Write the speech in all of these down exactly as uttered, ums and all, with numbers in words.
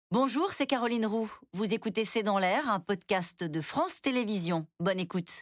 Bonjour, c'est Caroline Roux. Vous écoutez C'est dans l'air, un podcast de France Télévisions. Bonne écoute.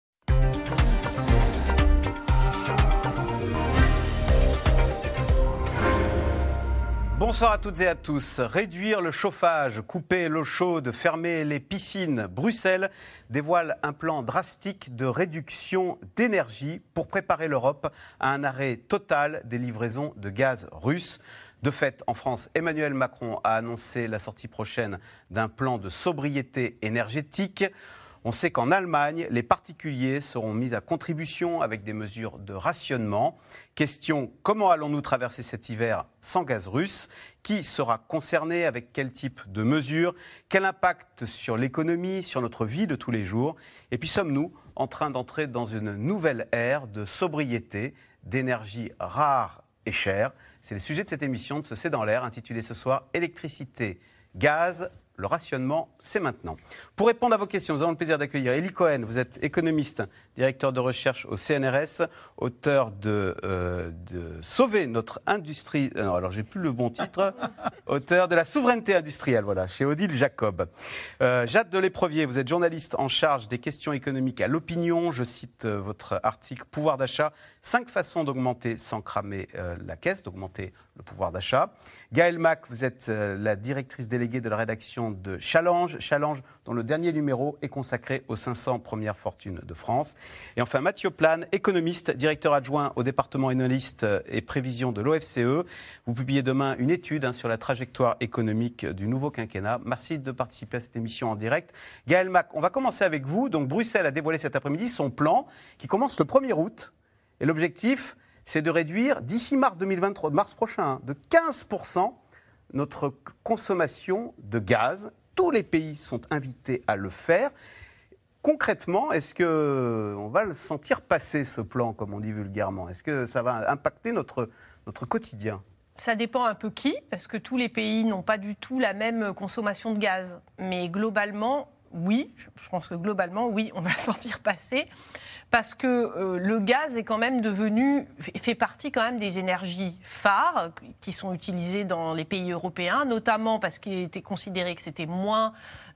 Bonsoir à toutes et à tous. Réduire le chauffage, couper l'eau chaude, fermer les piscines. Bruxelles dévoile un plan drastique de réduction d'énergie pour préparer l'Europe à un arrêt total des livraisons de gaz russe. De fait, en France, Emmanuel Macron a annoncé la sortie prochaine d'un plan de sobriété énergétique. On sait qu'en Allemagne, les particuliers seront mis à contribution avec des mesures de rationnement. Question, comment allons-nous traverser cet hiver sans gaz russe ? Qui sera concerné ? Avec quel type de mesures ? Quel impact sur l'économie, sur notre vie de tous les jours ? Et puis sommes-nous en train d'entrer dans une nouvelle ère de sobriété, d'énergie rare et chère ? C'est le sujet de cette émission de ce C'est dans l'air, intitulée ce soir « Électricité, gaz ». Le rationnement, c'est maintenant. Pour répondre à vos questions, nous avons le plaisir d'accueillir Elie Cohen. Vous êtes économiste, directeur de recherche au C N R S, auteur de, euh, de Sauver notre industrie. Non, alors, j'ai plus le bon titre. Auteur de La souveraineté industrielle, voilà, chez Odile Jacob. Euh, Jade de l'Éprevier, vous êtes journaliste en charge des questions économiques à l'Opinion. Je cite euh, votre article Pouvoir d'achat, cinq façons d'augmenter sans cramer euh, la caisse, d'augmenter le pouvoir d'achat. Gaëlle Mac, vous êtes euh, la directrice déléguée de la rédaction de Challenge, Challenge dont le dernier numéro est consacré aux cinq cents premières fortunes de France. Et enfin Mathieu Plane, économiste, directeur adjoint au département analyste et prévision de l'O F C E. Vous publiez demain une étude hein, sur la trajectoire économique du nouveau quinquennat. Merci de participer à cette émission en direct. Gaëlle Mac, on va commencer avec vous. Donc Bruxelles a dévoilé cet après-midi son plan qui commence le premier août. Et l'objectif, c'est de réduire d'ici mars deux mille vingt-trois, mars prochain, hein, de quinze pour cent notre consommation de gaz. Tous les pays sont invités à le faire. Concrètement, est-ce qu'on va le sentir passer, ce plan, comme on dit vulgairement ? Est-ce que ça va impacter notre, notre quotidien ? Ça dépend un peu qui, parce que tous les pays n'ont pas du tout la même consommation de gaz. Mais globalement, oui, je pense que globalement, oui, on va le sentir passer. Parce que euh, le gaz est quand même devenu, fait partie quand même des énergies phares qui sont utilisées dans les pays européens, notamment parce qu'il était considéré que c'était moins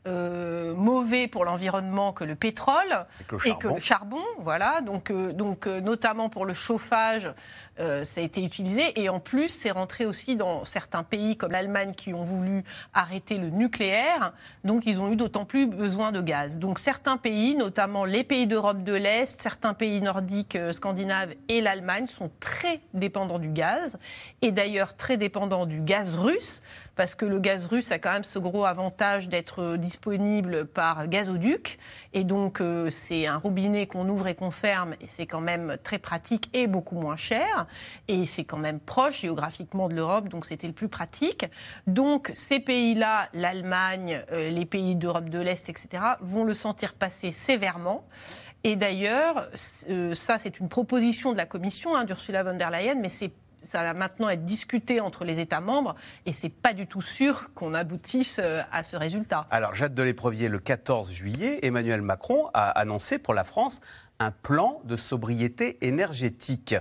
euh, mauvais pour l'environnement que le pétrole le et que le charbon. Voilà, donc, euh, donc euh, notamment pour le chauffage, euh, ça a été utilisé. Et en plus, c'est rentré aussi dans certains pays comme l'Allemagne qui ont voulu arrêter le nucléaire. Donc, ils ont eu d'autant plus besoin de gaz. Donc, certains pays, notamment les pays d'Europe de l'Est, certains pays nordiques, euh, scandinaves et l'Allemagne sont très dépendants du gaz et d'ailleurs très dépendants du gaz russe parce que le gaz russe a quand même ce gros avantage d'être disponible par gazoduc et donc euh, c'est un robinet qu'on ouvre et qu'on ferme et c'est quand même très pratique et beaucoup moins cher et c'est quand même proche géographiquement de l'Europe donc c'était le plus pratique. Donc ces pays-là, l'Allemagne, euh, les pays d'Europe de l'Est, et cetera vont le sentir passer sévèrement. Et d'ailleurs, euh, ça c'est une proposition de la Commission hein, d'Ursula von der Leyen, mais c'est, ça va maintenant être discuté entre les États membres et c'est pas du tout sûr qu'on aboutisse euh, à ce résultat. Alors Jade de l'Éprevier, le quatorze juillet, Emmanuel Macron a annoncé pour la France un plan de sobriété énergétique.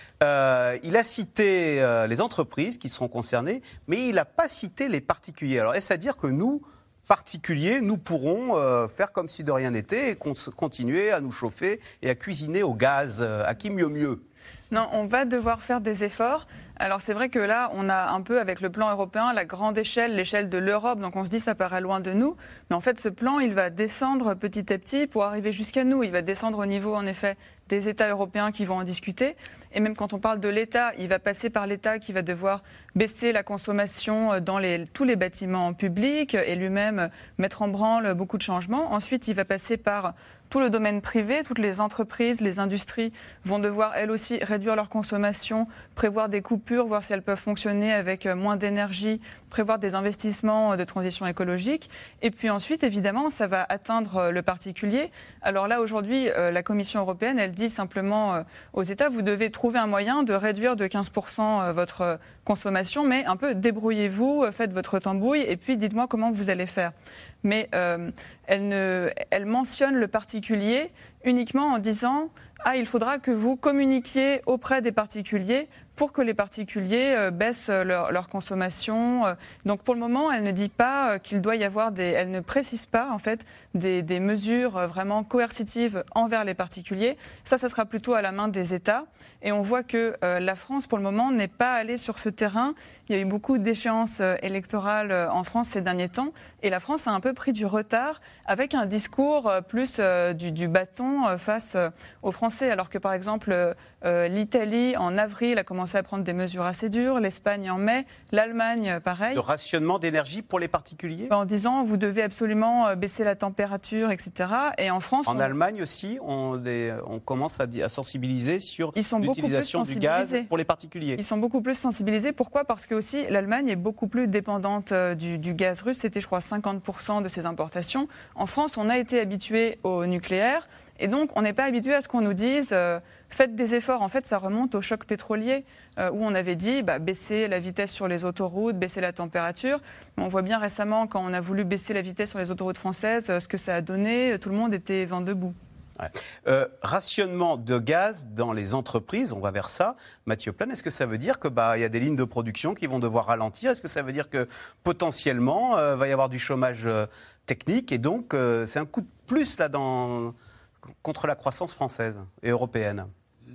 Euh, il a cité euh, les entreprises qui seront concernées, mais il n'a pas cité les particuliers. Alors est-ce à dire que nous, particuliers, nous pourrons euh, faire comme si de rien n'était et con- continuer à nous chauffer et à cuisiner au gaz. Euh, à qui mieux mieux ? Non, on va devoir faire des efforts. Alors c'est vrai que là, on a un peu avec le plan européen la grande échelle, l'échelle de l'Europe, donc on se dit ça paraît loin de nous. Mais en fait, ce plan, il va descendre petit à petit pour arriver jusqu'à nous. Il va descendre au niveau, en effet, des États européens qui vont en discuter. Et même quand on parle de l'État, il va passer par l'État qui va devoir baisser la consommation dans les, tous les bâtiments publics et lui-même mettre en branle beaucoup de changements. Ensuite, il va passer par tout le domaine privé, toutes les entreprises, les industries vont devoir elles aussi réduire leur consommation, prévoir des coupures, voir si elles peuvent fonctionner avec moins d'énergie, prévoir des investissements de transition écologique. Et puis ensuite, évidemment, ça va atteindre le particulier. Alors là, aujourd'hui, la Commission européenne, elle dit simplement aux États, vous devez trouver un moyen de réduire de quinze pour cent votre consommation, mais un peu débrouillez-vous, faites votre tambouille et puis dites-moi comment vous allez faire. Mais euh, elle, ne, elle mentionne le particulier uniquement en disant ah, il faudra que vous communiquiez auprès des particuliers pour que les particuliers euh, baissent leur, leur consommation. Donc pour le moment, elle ne dit pas euh, qu'il doit y avoir des... Elle ne précise pas en fait des, des mesures vraiment coercitives envers les particuliers. Ça, ça sera plutôt à la main des États. Et on voit que euh, la France, pour le moment, n'est pas allée sur ce terrain. Il y a eu beaucoup d'échéances euh, électorales euh, en France ces derniers temps. Et la France a un peu pris du retard avec un discours euh, plus euh, du, du bâton euh, face euh, aux Français. Alors que, par exemple, euh, l'Italie, en avril, a commencé à prendre des mesures assez dures. L'Espagne en mai. L'Allemagne, pareil. Le rationnement d'énergie pour les particuliers ? En disant, vous devez absolument baisser la température, et cetera. Et en France... En on... Allemagne aussi, on, les, on commence à, à sensibiliser sur Ils sont l'utilisation du gaz pour les particuliers. Ils sont beaucoup plus sensibilisés. Pourquoi ? Parce que aussi l'Allemagne est beaucoup plus dépendante du, du gaz russe. C'était, je crois, cinquante pour cent de ses importations. En France, on a été habitué au nucléaire. Et donc, on n'est pas habitué à ce qu'on nous dise euh, faites des efforts. En fait, ça remonte au choc pétrolier euh, où on avait dit bah, baisser la vitesse sur les autoroutes, baisser la température. On voit bien récemment, quand on a voulu baisser la vitesse sur les autoroutes françaises, euh, ce que ça a donné. Tout le monde était vent debout. Ouais. Euh, rationnement de gaz dans les entreprises, on va vers ça. Mathieu Plane, est-ce que ça veut dire qu'il bah, y a des lignes de production qui vont devoir ralentir ? Est-ce que ça veut dire que potentiellement, il euh, va y avoir du chômage euh, technique et donc euh, c'est un coup de plus là, dans, contre la croissance française et européenne ?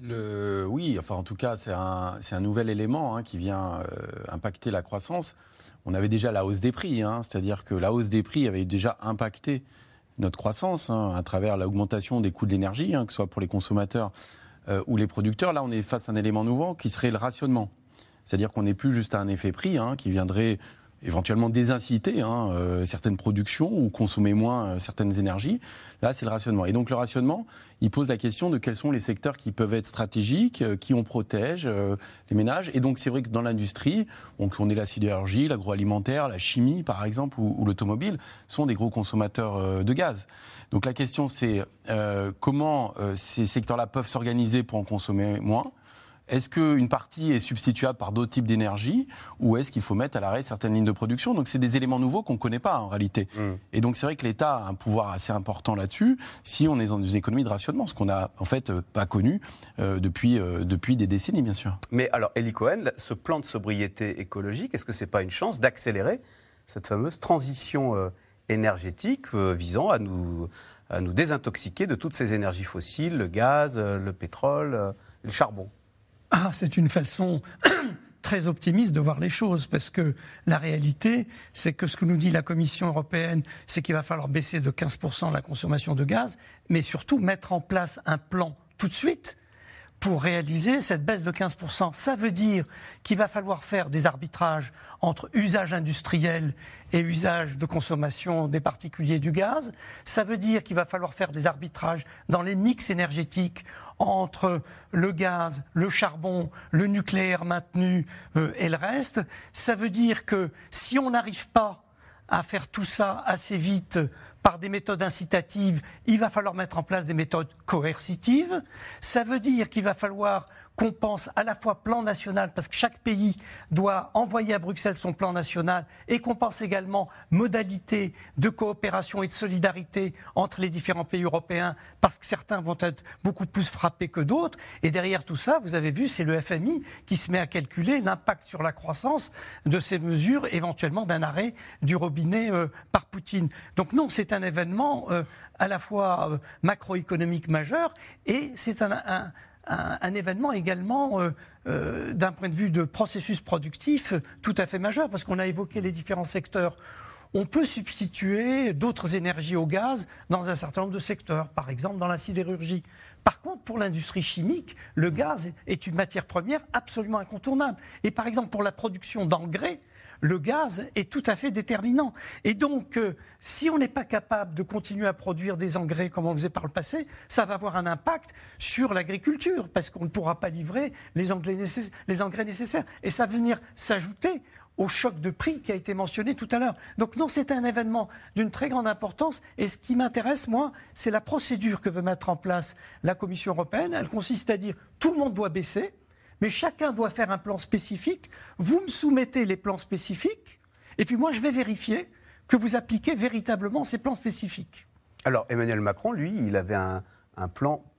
Le, oui, enfin en tout cas, c'est un, c'est un nouvel élément hein, qui vient euh, impacter la croissance. On avait déjà la hausse des prix, hein, c'est-à-dire que la hausse des prix avait déjà impacté notre croissance hein, à travers l'augmentation des coûts de l'énergie, hein, que ce soit pour les consommateurs euh, ou les producteurs. Là, on est face à un élément nouveau qui serait le rationnement. C'est-à-dire qu'on n'est plus juste à un effet prix hein, qui viendrait éventuellement désinciter hein, euh, certaines productions ou consommer moins euh, certaines énergies. Là, c'est le rationnement. Et donc, le rationnement, il pose la question de quels sont les secteurs qui peuvent être stratégiques, euh, qui on protège, euh, les ménages. Et donc, c'est vrai que dans l'industrie, donc, on est la sidérurgie, l'agroalimentaire, la chimie, par exemple, ou, ou l'automobile, sont des gros consommateurs euh, de gaz. Donc, la question, c'est euh, comment euh, ces secteurs-là peuvent s'organiser pour en consommer moins ? Est-ce qu'une partie est substituable par d'autres types d'énergie ou est-ce qu'il faut mettre à l'arrêt certaines lignes de production ? Donc, c'est des éléments nouveaux qu'on ne connaît pas en réalité. Mmh. Et donc, c'est vrai que l'État a un pouvoir assez important là-dessus si on est dans des économies de rationnement, ce qu'on n'a en fait pas connu euh, depuis, euh, depuis des décennies, bien sûr. Mais alors, Eli Cohen, ce plan de sobriété écologique, est-ce que ce n'est pas une chance d'accélérer cette fameuse transition euh, énergétique euh, visant à nous, à nous désintoxiquer de toutes ces énergies fossiles, le gaz, euh, le pétrole, euh, le charbon ? Ah, c'est une façon très optimiste de voir les choses, parce que la réalité, c'est que ce que nous dit la Commission européenne, c'est qu'il va falloir baisser de quinze pour cent la consommation de gaz, mais surtout mettre en place un plan tout de suite pour réaliser cette baisse de quinze pour cent. Ça veut dire qu'il va falloir faire des arbitrages entre usage industriel et usage de consommation des particuliers du gaz. Ça veut dire qu'il va falloir faire des arbitrages dans les mix énergétiques entre le gaz, le charbon, le nucléaire maintenu euh, et le reste. Ça veut dire que si on n'arrive pas à faire tout ça assez vite par des méthodes incitatives, il va falloir mettre en place des méthodes coercitives. Ça veut dire qu'il va falloir qu'on pense à la fois plan national, parce que chaque pays doit envoyer à Bruxelles son plan national, et qu'on pense également modalités de coopération et de solidarité entre les différents pays européens, parce que certains vont être beaucoup plus frappés que d'autres. Et derrière tout ça, vous avez vu, c'est le F M I qui se met à calculer l'impact sur la croissance de ces mesures, éventuellement d'un arrêt du robinet euh, par Poutine. Donc non, c'est un événement euh, à la fois euh, macroéconomique majeur, et c'est un... un Un, un événement également, euh, euh, d'un point de vue de processus productif, tout à fait majeur, parce qu'on a évoqué les différents secteurs. On peut substituer d'autres énergies au gaz dans un certain nombre de secteurs, par exemple dans la sidérurgie. Par contre, pour l'industrie chimique, le gaz est une matière première absolument incontournable. Et par exemple, pour la production d'engrais, le gaz est tout à fait déterminant. Et donc, euh, si on n'est pas capable de continuer à produire des engrais comme on faisait par le passé, ça va avoir un impact sur l'agriculture, parce qu'on ne pourra pas livrer les engrais nécessaires. Les engrais nécessaires. Et ça va venir s'ajouter au choc de prix qui a été mentionné tout à l'heure. Donc non, c'est un événement d'une très grande importance. Et ce qui m'intéresse, moi, c'est la procédure que veut mettre en place la Commission européenne. Elle consiste à dire tout le monde doit baisser, mais chacun doit faire un plan spécifique. Vous me soumettez les plans spécifiques, et puis moi, je vais vérifier que vous appliquez véritablement ces plans spécifiques. Alors, Emmanuel Macron, lui, il avait un, un plan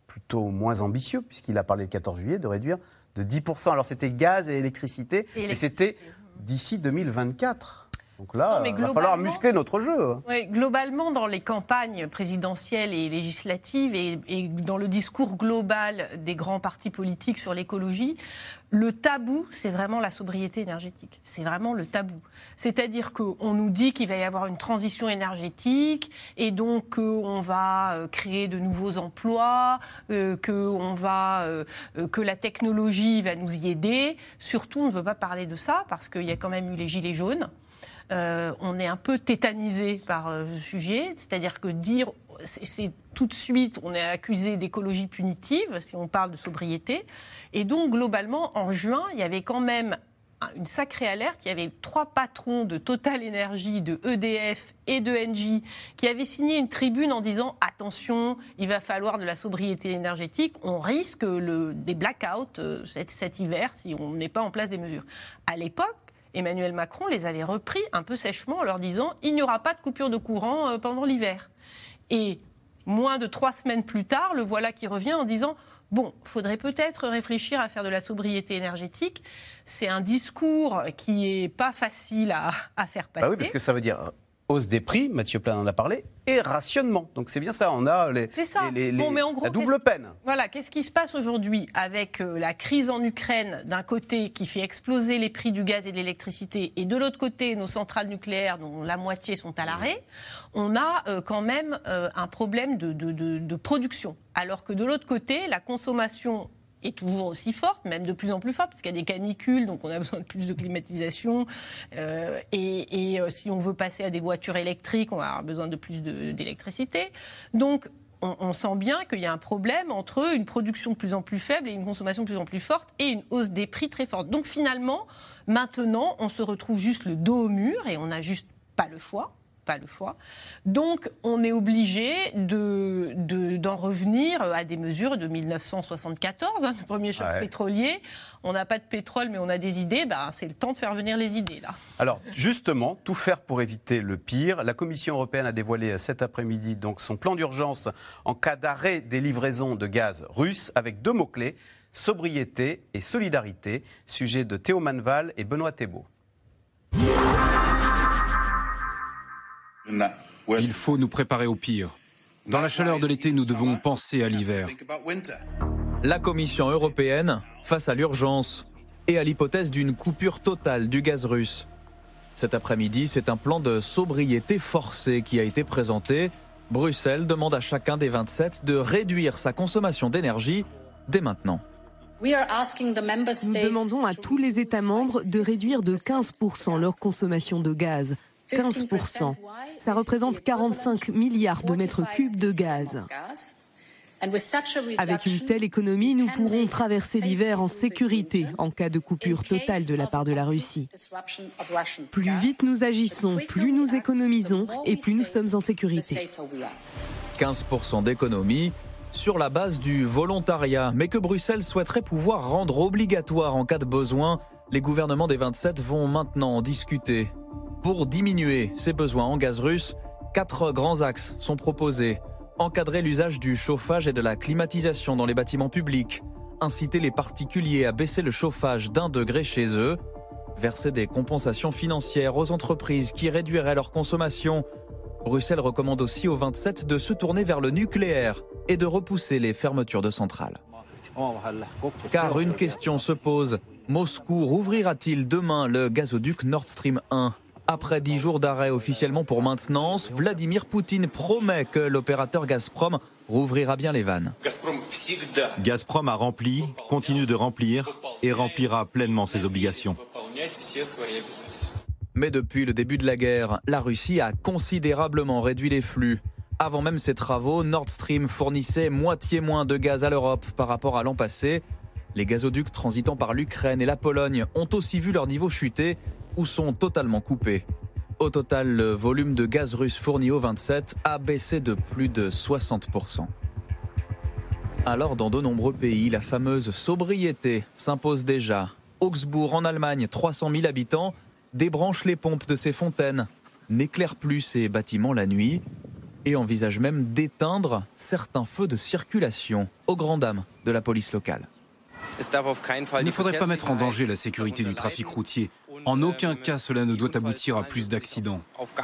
plutôt moins ambitieux, puisqu'il a parlé le quatorze juillet de réduire de dix pour cent. Alors c'était gaz et électricité, et, et c'était d'ici deux mille vingt-quatre. Donc là, il va falloir muscler notre jeu. Oui, globalement, dans les campagnes présidentielles et législatives et, et dans le discours global des grands partis politiques sur l'écologie, le tabou, c'est vraiment la sobriété énergétique. C'est vraiment le tabou. C'est-à-dire qu'on nous dit qu'il va y avoir une transition énergétique et donc euh, on va créer de nouveaux emplois, euh, que, on va, euh, que la technologie va nous y aider. Surtout, on ne veut pas parler de ça parce qu'il y a quand même eu les gilets jaunes. Euh, on est un peu tétanisé par euh, ce sujet, c'est-à-dire que dire, c'est, c'est tout de suite, on est accusé d'écologie punitive si on parle de sobriété. Et donc, globalement, en juin, il y avait quand même une sacrée alerte. Il y avait trois patrons de Total Energy, de E D F et de Engie qui avaient signé une tribune en disant « Attention, il va falloir de la sobriété énergétique, on risque le, des blackouts euh, cet, cet hiver si on ne met pas en place des mesures. » À l'époque, Emmanuel Macron les avait repris un peu sèchement en leur disant « il n'y aura pas de coupure de courant pendant l'hiver ». Et moins de trois semaines plus tard, le voilà qui revient en disant « bon, il faudrait peut-être réfléchir à faire de la sobriété énergétique ». C'est un discours qui n'est pas facile à, à faire passer. Bah oui, parce que ça veut dire hausse des prix, Mathieu Plain en a parlé, et rationnement. Donc c'est bien ça, on a les, c'est ça. les, les, bon, mais en gros, la double peine. Voilà, qu'est-ce qui se passe aujourd'hui avec euh, la crise en Ukraine, d'un côté, qui fait exploser les prix du gaz et de l'électricité, et de l'autre côté, nos centrales nucléaires, dont la moitié sont à l'arrêt, on a euh, quand même euh, un problème de, de, de, de production. Alors que de l'autre côté, la consommation est toujours aussi forte, même de plus en plus forte, parce qu'il y a des canicules, donc on a besoin de plus de climatisation. Euh, et et euh, si on veut passer à des voitures électriques, on va avoir besoin de plus de, d'électricité. Donc, on, on sent bien qu'il y a un problème entre une production de plus en plus faible et une consommation de plus en plus forte et une hausse des prix très forte. Donc, finalement, maintenant, on se retrouve juste le dos au mur et on n'a juste pas le choix. Pas le choix. Donc, on est obligé de, de, d'en revenir à des mesures de dix-neuf cent soixante-quatorze, hein, le premier choc ouais. pétrolier. On n'a pas de pétrole, mais on a des idées. Ben, c'est le temps de faire venir les idées, là. Alors, justement, tout faire pour éviter le pire. La Commission européenne a dévoilé cet après-midi donc, son plan d'urgence en cas d'arrêt des livraisons de gaz russe, avec deux mots-clés, sobriété et solidarité. Sujet de Théo Manval et Benoît Thébault. Il faut nous préparer au pire. Dans la chaleur de l'été, nous devons penser à l'hiver. La Commission européenne face à l'urgence et à l'hypothèse d'une coupure totale du gaz russe. Cet après-midi, c'est un plan de sobriété forcée qui a été présenté. Bruxelles demande à chacun des vingt-sept de réduire sa consommation d'énergie dès maintenant. Nous demandons à tous les États membres de réduire de quinze pour cent leur consommation de gaz. quinze pour cent. Ça représente quarante-cinq milliards de mètres cubes de gaz. Avec une telle économie, nous pourrons traverser l'hiver en sécurité en cas de coupure totale de la part de la Russie. Plus vite nous agissons, plus nous économisons et plus nous sommes en sécurité. quinze pour cent d'économie sur la base du volontariat, mais que Bruxelles souhaiterait pouvoir rendre obligatoire en cas de besoin. Les gouvernements des vingt-sept vont maintenant en discuter. Pour diminuer ces besoins en gaz russe, quatre grands axes sont proposés. Encadrer l'usage du chauffage et de la climatisation dans les bâtiments publics. Inciter les particuliers à baisser le chauffage d'un degré chez eux. Verser des compensations financières aux entreprises qui réduiraient leur consommation. Bruxelles recommande aussi aux vingt-sept de se tourner vers le nucléaire et de repousser les fermetures de centrales. Car une question se pose. Moscou rouvrira-t-il demain le gazoduc Nord Stream un ? Après dix jours d'arrêt officiellement pour maintenance, Vladimir Poutine promet que l'opérateur Gazprom rouvrira bien les vannes. Gazprom a rempli, continue de remplir et remplira pleinement ses obligations. Mais depuis le début de la guerre, la Russie a considérablement réduit les flux. Avant même ces travaux, Nord Stream fournissait moitié moins de gaz à l'Europe par rapport à l'an passé. Les gazoducs transitant par l'Ukraine et la Pologne ont aussi vu leur niveau chuter ou sont totalement coupés. Au total, le volume de gaz russe fourni aux vingt-sept a baissé de plus de soixante pour cent. Alors, dans de nombreux pays, la fameuse sobriété s'impose déjà. Augsbourg, en Allemagne, trois cent mille habitants, débranche les pompes de ses fontaines, n'éclaire plus ses bâtiments la nuit et envisage même d'éteindre certains feux de circulation aux grandes dames de la police locale. Il ne faudrait pas mettre en danger la sécurité du trafic routier. En aucun cas, cela ne doit aboutir à plus d'accidents.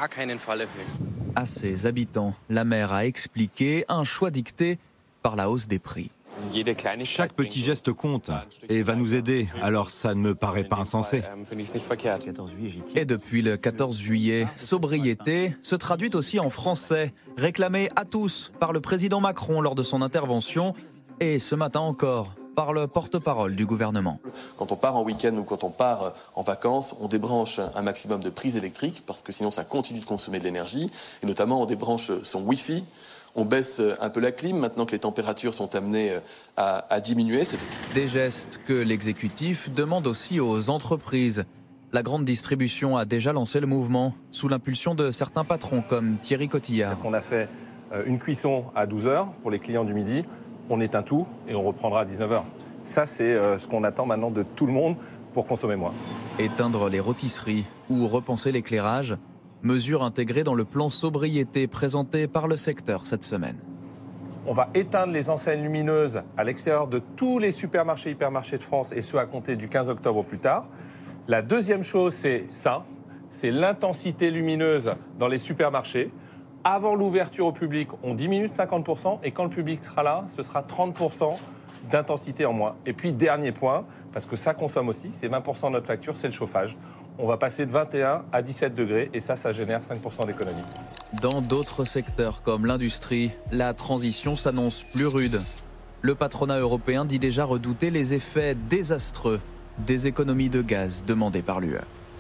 À ses habitants, la maire a expliqué un choix dicté par la hausse des prix. Chaque petit geste compte et va nous aider, alors ça ne me paraît pas insensé. Et depuis le quatorze juillet, sobriété se traduit aussi en français, réclamé à tous par le président Macron lors de son intervention, et ce matin encore par le porte-parole du gouvernement. Quand on part en week-end ou quand on part en vacances, on débranche un maximum de prises électriques parce que sinon ça continue de consommer de l'énergie, et notamment on débranche son Wi-Fi. On baisse un peu la clim maintenant que les températures sont amenées à, à diminuer. Des gestes que l'exécutif demande aussi aux entreprises. La grande distribution a déjà lancé le mouvement sous l'impulsion de certains patrons comme Thierry Cotillard. On a fait une cuisson à douze heures pour les clients du midi. On éteint tout et on reprendra à dix-neuf heures. Ça, c'est ce qu'on attend maintenant de tout le monde pour consommer moins. Éteindre les rôtisseries ou repenser l'éclairage. Mesure intégrée dans le plan sobriété présenté par le secteur cette semaine. On va éteindre les enseignes lumineuses à l'extérieur de tous les supermarchés, hypermarchés de France, et ce à compter du quinze octobre au plus tard. La deuxième chose, c'est ça, c'est l'intensité lumineuse dans les supermarchés. Avant l'ouverture au public, on diminue de cinquante pour cent, et quand le public sera là, ce sera trente pour cent d'intensité en moins. Et puis, dernier point, parce que ça consomme aussi, c'est vingt pour cent de notre facture, c'est le chauffage. On va passer de vingt et un à dix-sept degrés et ça, ça génère cinq pour cent d'économie. Dans d'autres secteurs comme l'industrie, la transition s'annonce plus rude. Le patronat européen dit déjà redouter les effets désastreux des économies de gaz demandées par l'U E.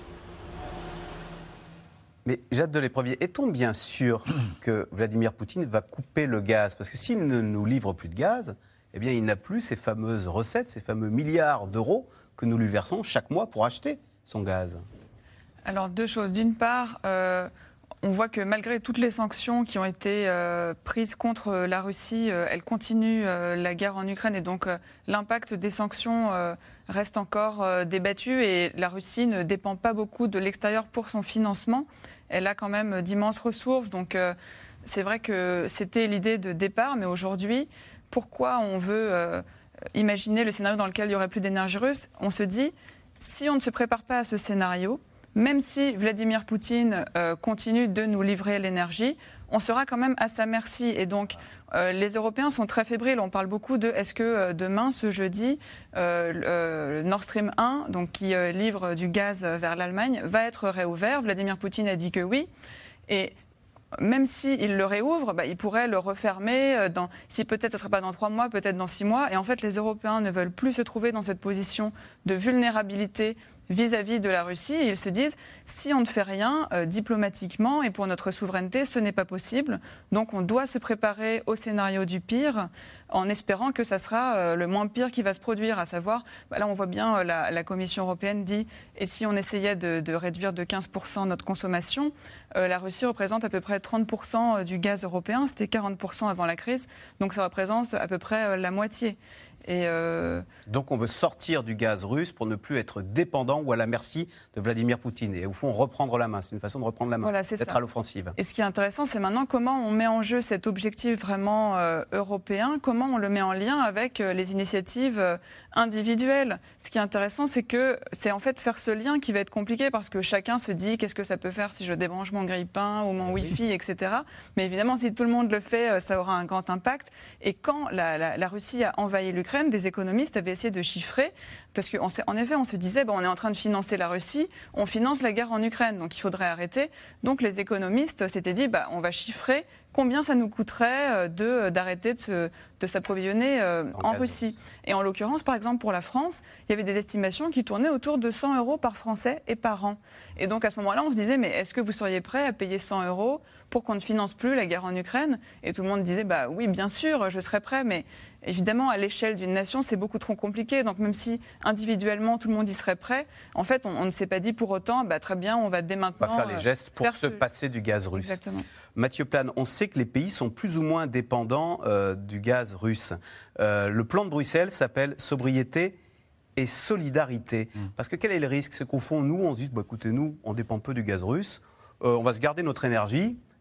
Mais Jade de l'Éprevier, est-on bien sûr que Vladimir Poutine va couper le gaz? Parce que s'il ne nous livre plus de gaz, eh bien, il n'a plus ces fameuses recettes, ces fameux milliards d'euros que nous lui versons chaque mois pour acheter son gaz. Alors, deux choses. D'une part, euh, on voit que malgré toutes les sanctions qui ont été euh, prises contre la Russie, euh, elle continue euh, la guerre en Ukraine et donc euh, l'impact des sanctions euh, reste encore euh, débattu et la Russie ne dépend pas beaucoup de l'extérieur pour son financement. Elle a quand même d'immenses ressources, donc euh, c'est vrai que c'était l'idée de départ, mais aujourd'hui, pourquoi on veut euh, imaginer le scénario dans lequel il n'y aurait plus d'énergie russe? On se dit, si on ne se prépare pas à ce scénario, même si Vladimir Poutine euh, continue de nous livrer l'énergie, on sera quand même à sa merci. Et donc, euh, les Européens sont très fébriles. On parle beaucoup de est-ce que euh, demain, ce jeudi, euh, euh, Nord Stream un, donc, qui euh, livre du gaz vers l'Allemagne, va être réouvert. Vladimir Poutine a dit que oui. Et même s'il le réouvre, bah, il pourrait le refermer, dans, si peut-être ce ne sera pas dans trois mois, peut-être dans six mois. Et en fait, les Européens ne veulent plus se trouver dans cette position de vulnérabilité vis-à-vis de la Russie. Et ils se disent, si on ne fait rien euh, diplomatiquement et pour notre souveraineté, ce n'est pas possible. Donc on doit se préparer au scénario du pire en espérant que ça sera euh, le moins pire qui va se produire, à savoir, bah là on voit bien, euh, la, la Commission européenne dit, et si on essayait de, de réduire de quinze pour cent notre consommation, euh, la Russie représente à peu près trente pour cent du gaz européen, c'était quarante pour cent avant la crise, donc ça représente à peu près euh, la moitié. Et euh... Donc on veut sortir du gaz russe pour ne plus être dépendant ou à la merci de Vladimir Poutine. Et au fond, reprendre la main. C'est une façon de reprendre la main, voilà, d'être à l'offensive. Et ce qui est intéressant, c'est maintenant comment on met en jeu cet objectif vraiment euh, européen, comment on le met en lien avec euh, les initiatives euh, individuelles. Ce qui est intéressant, c'est que c'est en fait faire ce lien qui va être compliqué parce que chacun se dit qu'est-ce que ça peut faire si je débranche mon grille-pain ou mon Wi-Fi, et cetera. Mais évidemment, si tout le monde le fait, euh, ça aura un grand impact. Et quand la, la, la Russie a envahi l'Ukraine, des économistes avaient essayé de chiffrer, parce qu'en en effet, on se disait, bon, on est en train de financer la Russie, on finance la guerre en Ukraine, donc il faudrait arrêter. Donc les économistes s'étaient dit, bah, on va chiffrer combien ça nous coûterait de, d'arrêter de, de s'approvisionner euh, en, en Russie. Et en l'occurrence, par exemple, pour la France, il y avait des estimations qui tournaient autour de cent euros par Français et par an. Et donc à ce moment-là, on se disait, mais est-ce que vous seriez prêt à payer cent euros pour qu'on ne finance plus la guerre en Ukraine? Et tout le monde disait, bah oui, bien sûr, je serais prêt, mais évidemment, à l'échelle d'une nation, c'est beaucoup trop compliqué. Donc même si individuellement, tout le monde y serait prêt, en fait, on, on ne s'est pas dit pour autant, bah, très bien, on va dès maintenant... On va faire les gestes pour se ce... passer du gaz russe. Exactement. Mathieu Plane, on sait que les pays sont plus ou moins dépendants euh, du gaz russe. Euh, le plan de Bruxelles s'appelle sobriété et solidarité. Mmh. Parce que quel est le risque? C'est qu'au fond, nous, on se dit, bah, écoutez, nous, on dépend peu du gaz russe, euh, on va se garder notre énergie,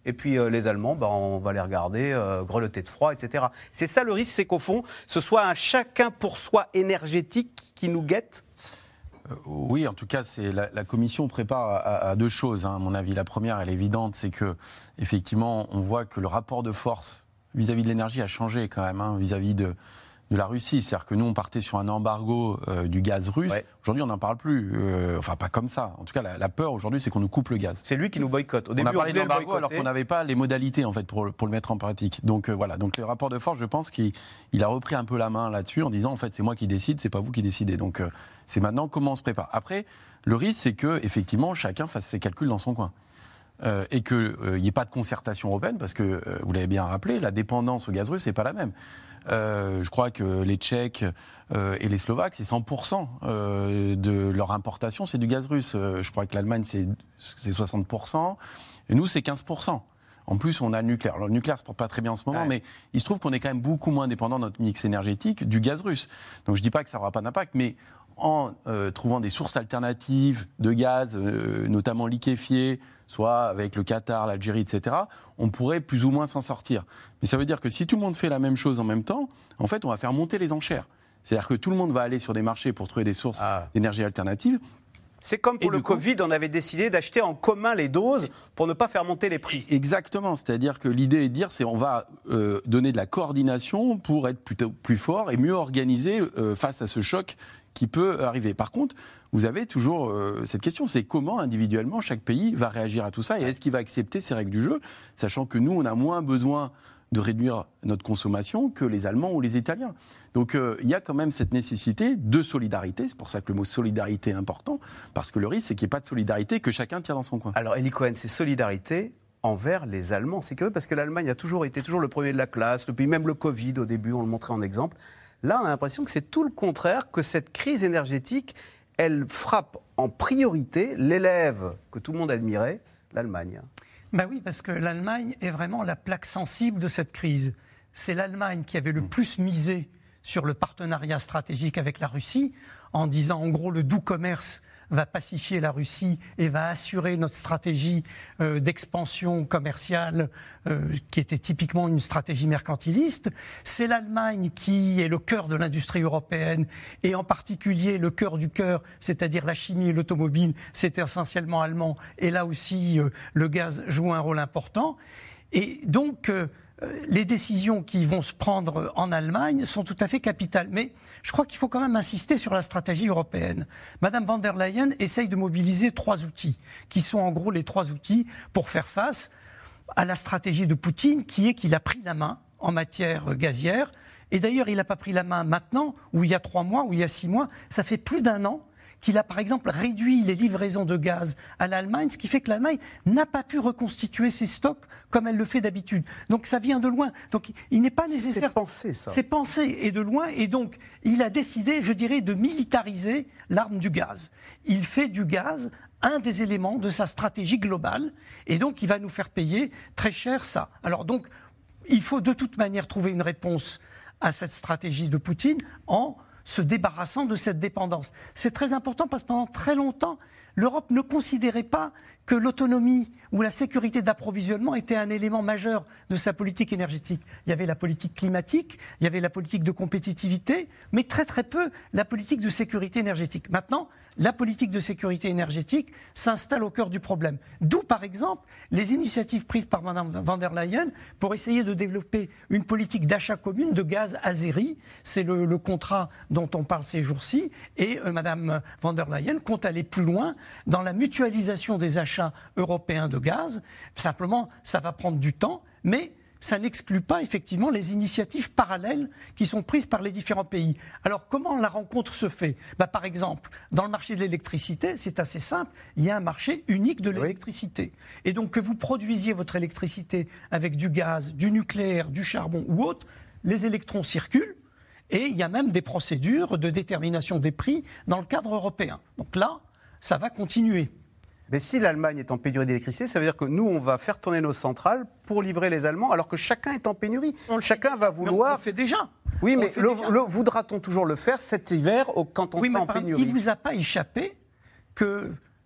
Et puis euh, les Allemands, bah, on va les regarder euh, grelotter de froid, et cetera. C'est ça le risque, c'est qu'au fond, ce soit un chacun pour soi énergétique qui nous guette. Euh, oui, en tout cas, c'est la, la Commission prépare à, à deux choses, hein, à mon avis. La première, elle est évidente, c'est que effectivement, on voit que le rapport de force vis-à-vis de l'énergie a changé quand même, hein, vis-à-vis de de la Russie. C'est-à-dire que nous, on partait sur un embargo euh, du gaz russe. Ouais. Aujourd'hui, on n'en parle plus. Euh, enfin, pas comme ça. En tout cas, la, la peur aujourd'hui, c'est qu'on nous coupe le gaz. C'est lui qui nous boycotte. Au début, on a parlé on d'embargo alors qu'on n'avait pas les modalités en fait, pour, pour le mettre en pratique. Donc euh, voilà. Donc le rapport de force, je pense qu'il il a repris un peu la main là-dessus en disant en fait, c'est moi qui décide, c'est pas vous qui décidez. Donc euh, c'est maintenant comment on se prépare. Après, le risque, c'est que effectivement, chacun fasse ses calculs dans son coin. Euh, et qu'il n'y euh, ait pas de concertation européenne, parce que, euh, vous l'avez bien rappelé, la dépendance au gaz russe n'est pas la même. Euh, je crois que les Tchèques euh, et les Slovaques, c'est cent pour cent euh, de leur importation, c'est du gaz russe. Euh, je crois que l'Allemagne, c'est, c'est soixante pour cent, et nous, c'est quinze pour cent. En plus, on a le nucléaire. Alors, le nucléaire ne se porte pas très bien en ce moment, ouais. mais il se trouve qu'on est quand même beaucoup moins dépendant dans notre mix énergétique du gaz russe. Donc je ne dis pas que ça n'aura pas d'impact, mais en euh, trouvant des sources alternatives de gaz, euh, notamment liquéfiés, soit avec le Qatar, l'Algérie, et cetera, on pourrait plus ou moins s'en sortir. Mais ça veut dire que si tout le monde fait la même chose en même temps, en fait, on va faire monter les enchères. C'est-à-dire que tout le monde va aller sur des marchés pour trouver des sources ah. d'énergie alternatives. C'est comme pour et le Covid, coup, on avait décidé d'acheter en commun les doses pour ne pas faire monter les prix. Exactement, c'est-à-dire que l'idée est de dire, c'est on va euh, donner de la coordination pour être plutôt plus fort et mieux organisé euh, face à ce choc qui peut arriver. Par contre, vous avez toujours euh, cette question, c'est comment individuellement chaque pays va réagir à tout ça et est-ce qu'il va accepter ces règles du jeu, sachant que nous, on a moins besoin de réduire notre consommation que les Allemands ou les Italiens. Donc euh, il y a quand même cette nécessité de solidarité, c'est pour ça que le mot solidarité est important, parce que le risque, c'est qu'il n'y ait pas de solidarité, que chacun tire dans son coin. Alors Elie Cohen, c'est solidarité envers les Allemands. C'est curieux parce que l'Allemagne a toujours été toujours le premier de la classe, depuis même le Covid au début, on le montrait en exemple. Là, on a l'impression que c'est tout le contraire, que cette crise énergétique, elle frappe en priorité l'élève que tout le monde admirait, l'Allemagne. Ben oui, parce que l'Allemagne est vraiment la plaque sensible de cette crise. C'est l'Allemagne qui avait le plus misé sur le partenariat stratégique avec la Russie, en disant en gros le doux commerce va pacifier la Russie et va assurer notre stratégie euh, d'expansion commerciale euh, qui était typiquement une stratégie mercantiliste. C'est l'Allemagne qui est le cœur de l'industrie européenne et en particulier le cœur du cœur, c'est-à-dire la chimie et l'automobile, c'est essentiellement allemand et là aussi euh, le gaz joue un rôle important. Et donc euh, les décisions qui vont se prendre en Allemagne sont tout à fait capitales. Mais je crois qu'il faut quand même insister sur la stratégie européenne. Madame von der Leyen essaye de mobiliser trois outils, qui sont en gros les trois outils pour faire face à la stratégie de Poutine, qui est qu'il a pris la main en matière gazière. Et d'ailleurs, il n'a pas pris la main maintenant, ou il y a trois mois, ou il y a six mois. Ça fait plus d'un an qu'il a par exemple réduit les livraisons de gaz à l'Allemagne, ce qui fait que l'Allemagne n'a pas pu reconstituer ses stocks comme elle le fait d'habitude. Donc ça vient de loin. Donc il n'est pas nécessaire... C'est pensé, ça. C'est pensé et de loin. Et donc il a décidé, je dirais, de militariser l'arme du gaz. Il fait du gaz un des éléments de sa stratégie globale. Et donc il va nous faire payer très cher ça. Alors donc il faut de toute manière trouver une réponse à cette stratégie de Poutine en se débarrassant de cette dépendance. C'est très important parce que pendant très longtemps, l'Europe ne considérait pas que l'autonomie ou la sécurité d'approvisionnement était un élément majeur de sa politique énergétique. Il y avait la politique climatique, il y avait la politique de compétitivité, mais très très peu la politique de sécurité énergétique. Maintenant, la politique de sécurité énergétique s'installe au cœur du problème. D'où, par exemple, les initiatives prises par Mme von der Leyen pour essayer de développer une politique d'achat commune de gaz azéri. C'est le, le contrat dont on parle ces jours-ci. Et euh, Mme von der Leyen compte aller plus loin dans la mutualisation des achats européens de gaz. Simplement, ça va prendre du temps, mais ça n'exclut pas effectivement les initiatives parallèles qui sont prises par les différents pays. Alors comment la rencontre se fait ? Bah, par exemple, dans le marché de l'électricité, c'est assez simple, il y a un marché unique de l'électricité. Oui. Et donc que vous produisiez votre électricité avec du gaz, du nucléaire, du charbon ou autre, les électrons circulent et il y a même des procédures de détermination des prix dans le cadre européen. Donc là, ça va continuer. Mais si l'Allemagne est en pénurie d'électricité, ça veut dire que nous, on va faire tourner nos centrales pour livrer les Allemands, alors que chacun est en pénurie. On chacun va vouloir... Mais on le fait déjà. Oui, on mais le, déjà. Le, voudra-t-on toujours le faire cet hiver quand on oui, sera en par pénurie ? Il ne vous a pas échappé que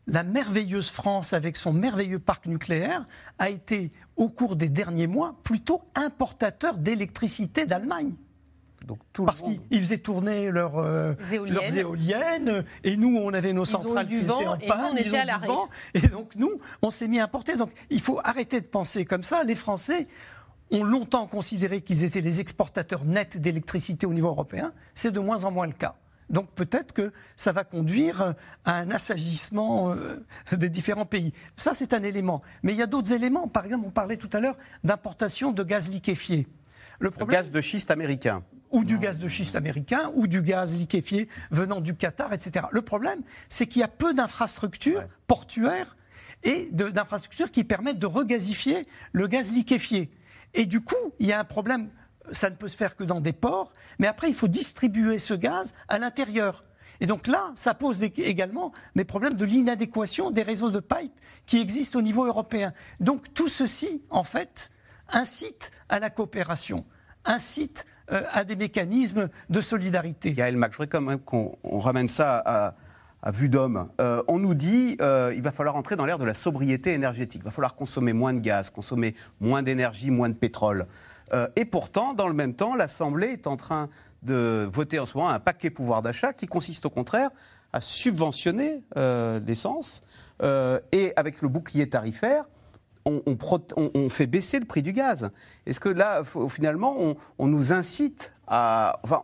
la merveilleuse France, avec son merveilleux parc nucléaire, a été, au cours des derniers mois, plutôt importateur d'électricité d'Allemagne. Donc, tout Parce le monde... qu'ils faisaient tourner leurs, euh, éoliennes. leurs éoliennes, et nous, on avait nos Ils centrales qui étaient en et panne, nous, on était ils ont à du l'arrêt. vent, et donc nous, on s'est mis à importer. Donc il faut arrêter de penser comme ça. Les Français ont longtemps considéré qu'ils étaient les exportateurs nets d'électricité au niveau européen. C'est de moins en moins le cas. Donc peut-être que ça va conduire à un assagissement euh, des différents pays. Ça, c'est un élément. Mais il y a d'autres éléments. Par exemple, on parlait tout à l'heure d'importation de gaz liquéfié. Le, problème... le gaz de schiste américain. Ou du gaz de schiste américain, ou du gaz liquéfié venant du Qatar, et cetera. Le problème, c'est qu'il y a peu d'infrastructures ouais. portuaires et de, d'infrastructures qui permettent de regazifier le gaz liquéfié. Et du coup, il y a un problème, ça ne peut se faire que dans des ports, mais après, il faut distribuer ce gaz à l'intérieur. Et donc là, ça pose des, également des problèmes de l'inadéquation des réseaux de pipe qui existent au niveau européen. Donc tout ceci, en fait, incite à la coopération, incite euh, à des mécanismes de solidarité. Gaël Mac, je voudrais quand même qu'on on ramène ça à, à vue d'homme. Euh, on nous dit qu'il euh, va falloir entrer dans l'ère de la sobriété énergétique. Il va falloir consommer moins de gaz, consommer moins d'énergie, moins de pétrole. Euh, et pourtant, dans le même temps, l'Assemblée est en train de voter en ce moment un paquet pouvoir d'achat qui consiste au contraire à subventionner euh, l'essence. Euh, et avec le bouclier tarifaire, On, on, on, on fait baisser le prix du gaz. Est-ce que là, faut, finalement, on, on nous incite à... Enfin,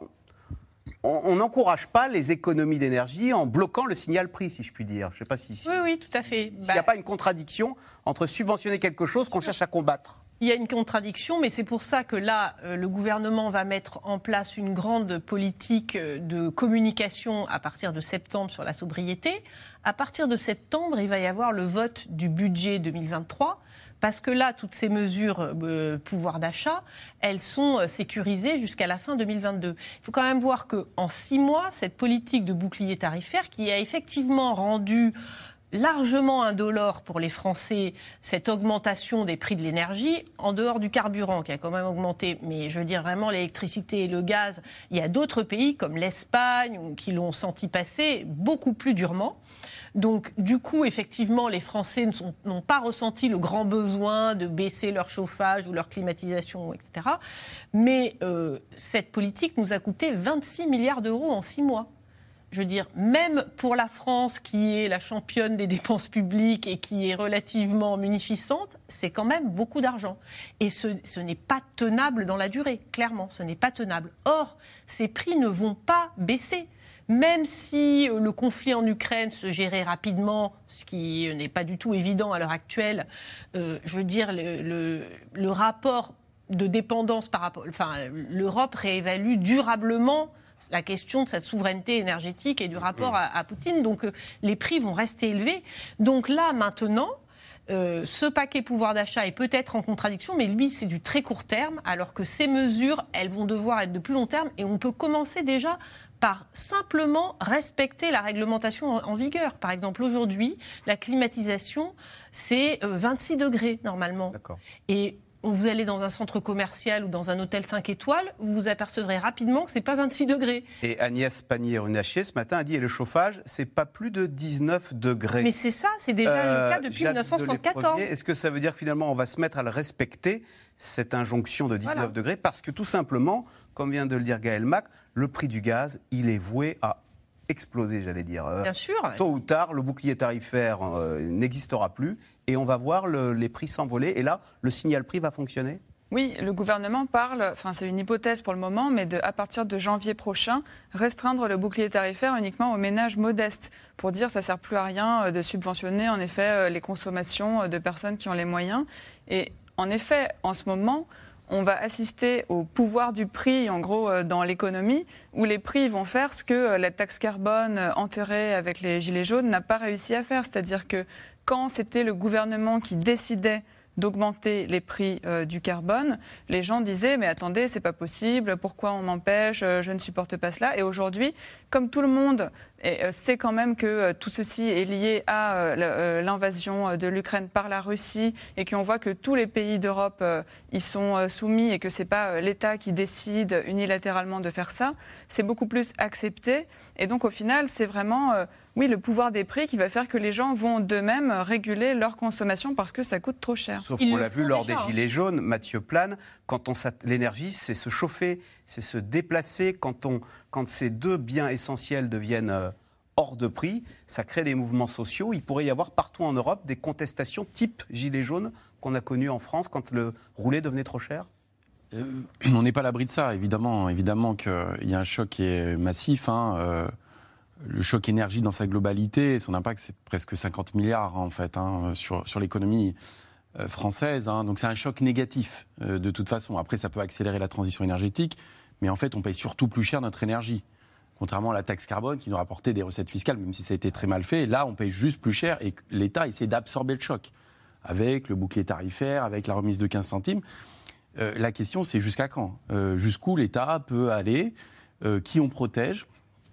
on n'encourage pas les économies d'énergie en bloquant le signal prix, si je puis dire. Je ne sais pas si... si oui, oui, tout à fait. S'il n'y bah... a pas une contradiction entre subventionner quelque chose qu'on cherche à combattre. Il y a une contradiction, mais c'est pour ça que là, euh, le gouvernement va mettre en place une grande politique de communication à partir de septembre sur la sobriété. À partir de septembre, il va y avoir le vote du budget deux mille vingt-trois, parce que là, toutes ces mesures euh, pouvoir d'achat, elles sont sécurisées jusqu'à la fin deux mille vingt-deux. Il faut quand même voir qu'en six mois, cette politique de bouclier tarifaire, qui a effectivement rendu largement indolore pour les Français cette augmentation des prix de l'énergie, en dehors du carburant qui a quand même augmenté, mais je veux dire vraiment l'électricité et le gaz, il y a d'autres pays comme l'Espagne qui l'ont senti passer beaucoup plus durement. Donc du coup, effectivement, les Français ne sont, n'ont pas ressenti le grand besoin de baisser leur chauffage ou leur climatisation, et cetera. Mais euh, cette politique nous a coûté vingt-six milliards d'euros en six mois. Je veux dire, même pour la France, qui est la championne des dépenses publiques et qui est relativement munificente, c'est quand même beaucoup d'argent. Et ce, ce n'est pas tenable dans la durée, clairement, ce n'est pas tenable. Or, ces prix ne vont pas baisser. Même si le conflit en Ukraine se gérait rapidement, ce qui n'est pas du tout évident à l'heure actuelle, euh, je veux dire, le, le, le rapport de dépendance par rapport... Enfin, l'Europe réévalue durablement la question de sa souveraineté énergétique et du rapport à, à Poutine. Donc, euh, les prix vont rester élevés. Donc là, maintenant, euh, ce paquet pouvoir d'achat est peut-être en contradiction, mais lui, c'est du très court terme, alors que ces mesures, elles vont devoir être de plus long terme. Et on peut commencer déjà par simplement respecter la réglementation en, en vigueur. Par exemple, aujourd'hui, la climatisation, c'est euh, vingt-six degrés, normalement. D'accord. Et vous allez dans un centre commercial ou dans un hôtel cinq étoiles, vous vous apercevrez rapidement que ce n'est pas vingt-six degrés. Et Agnès Pannier-Runacher, ce matin, a dit, et le chauffage, c'est pas plus de dix-neuf degrés. Mais c'est ça, c'est déjà euh, le cas depuis dix-neuf cent soixante-quatorze. Est-ce que ça veut dire que finalement, on va se mettre à le respecter, cette injonction de dix-neuf voilà. degrés, parce que tout simplement, comme vient de le dire Gaël Mac, le prix du gaz, il est voué à exploser, j'allais dire. Bien sûr. Tôt ou tard, le bouclier tarifaire euh, n'existera plus et on va voir le, les prix s'envoler. Et là, le signal prix va fonctionner ? Oui, le gouvernement parle, enfin c'est une hypothèse pour le moment, mais de, à partir de janvier prochain, restreindre le bouclier tarifaire uniquement aux ménages modestes, pour dire que ça ne sert plus à rien de subventionner en effet les consommations de personnes qui ont les moyens. Et en effet, en ce moment, on va assister au pouvoir du prix, en gros, dans l'économie, où les prix vont faire ce que la taxe carbone enterrée avec les gilets jaunes n'a pas réussi à faire. C'est-à-dire que quand c'était le gouvernement qui décidait d'augmenter les prix euh, du carbone, les gens disaient « mais attendez, c'est pas possible, pourquoi on m'empêche, je ne supporte pas cela ». Et aujourd'hui, comme tout le monde et, euh, sait quand même que euh, tout ceci est lié à euh, l'invasion de l'Ukraine par la Russie et qu'on voit que tous les pays d'Europe euh, y sont euh, soumis et que c'est pas euh, l'État qui décide unilatéralement de faire ça, c'est beaucoup plus accepté. Et donc au final, c'est vraiment... Euh, Oui, le pouvoir des prix qui va faire que les gens vont d'eux-mêmes réguler leur consommation parce que ça coûte trop cher. Sauf qu'on l'a vu lors des Gilets jaunes, Mathieu Plane, quand on l'énergie, c'est se chauffer, c'est se déplacer. Quand, on, quand ces deux biens essentiels deviennent euh, hors de prix, ça crée des mouvements sociaux. Il pourrait y avoir partout en Europe des contestations type Gilets jaunes qu'on a connues en France quand le roulet devenait trop cher. euh, On n'est pas à l'abri de ça, évidemment. Évidemment qu'il y a un choc qui est massif, hein, euh, le choc énergie dans sa globalité, son impact, c'est presque cinquante milliards en fait hein, sur, sur l'économie euh, française. Hein. Donc c'est un choc négatif euh, de toute façon. Après, ça peut accélérer la transition énergétique, mais en fait, on paye surtout plus cher notre énergie. Contrairement à la taxe carbone qui nous rapportait des recettes fiscales, même si ça a été très mal fait, là, on paye juste plus cher et l'État essaie d'absorber le choc avec le bouclier tarifaire, avec la remise de quinze centimes. Euh, la question, c'est jusqu'à quand euh, Jusqu'où l'État peut aller euh, Qui on protège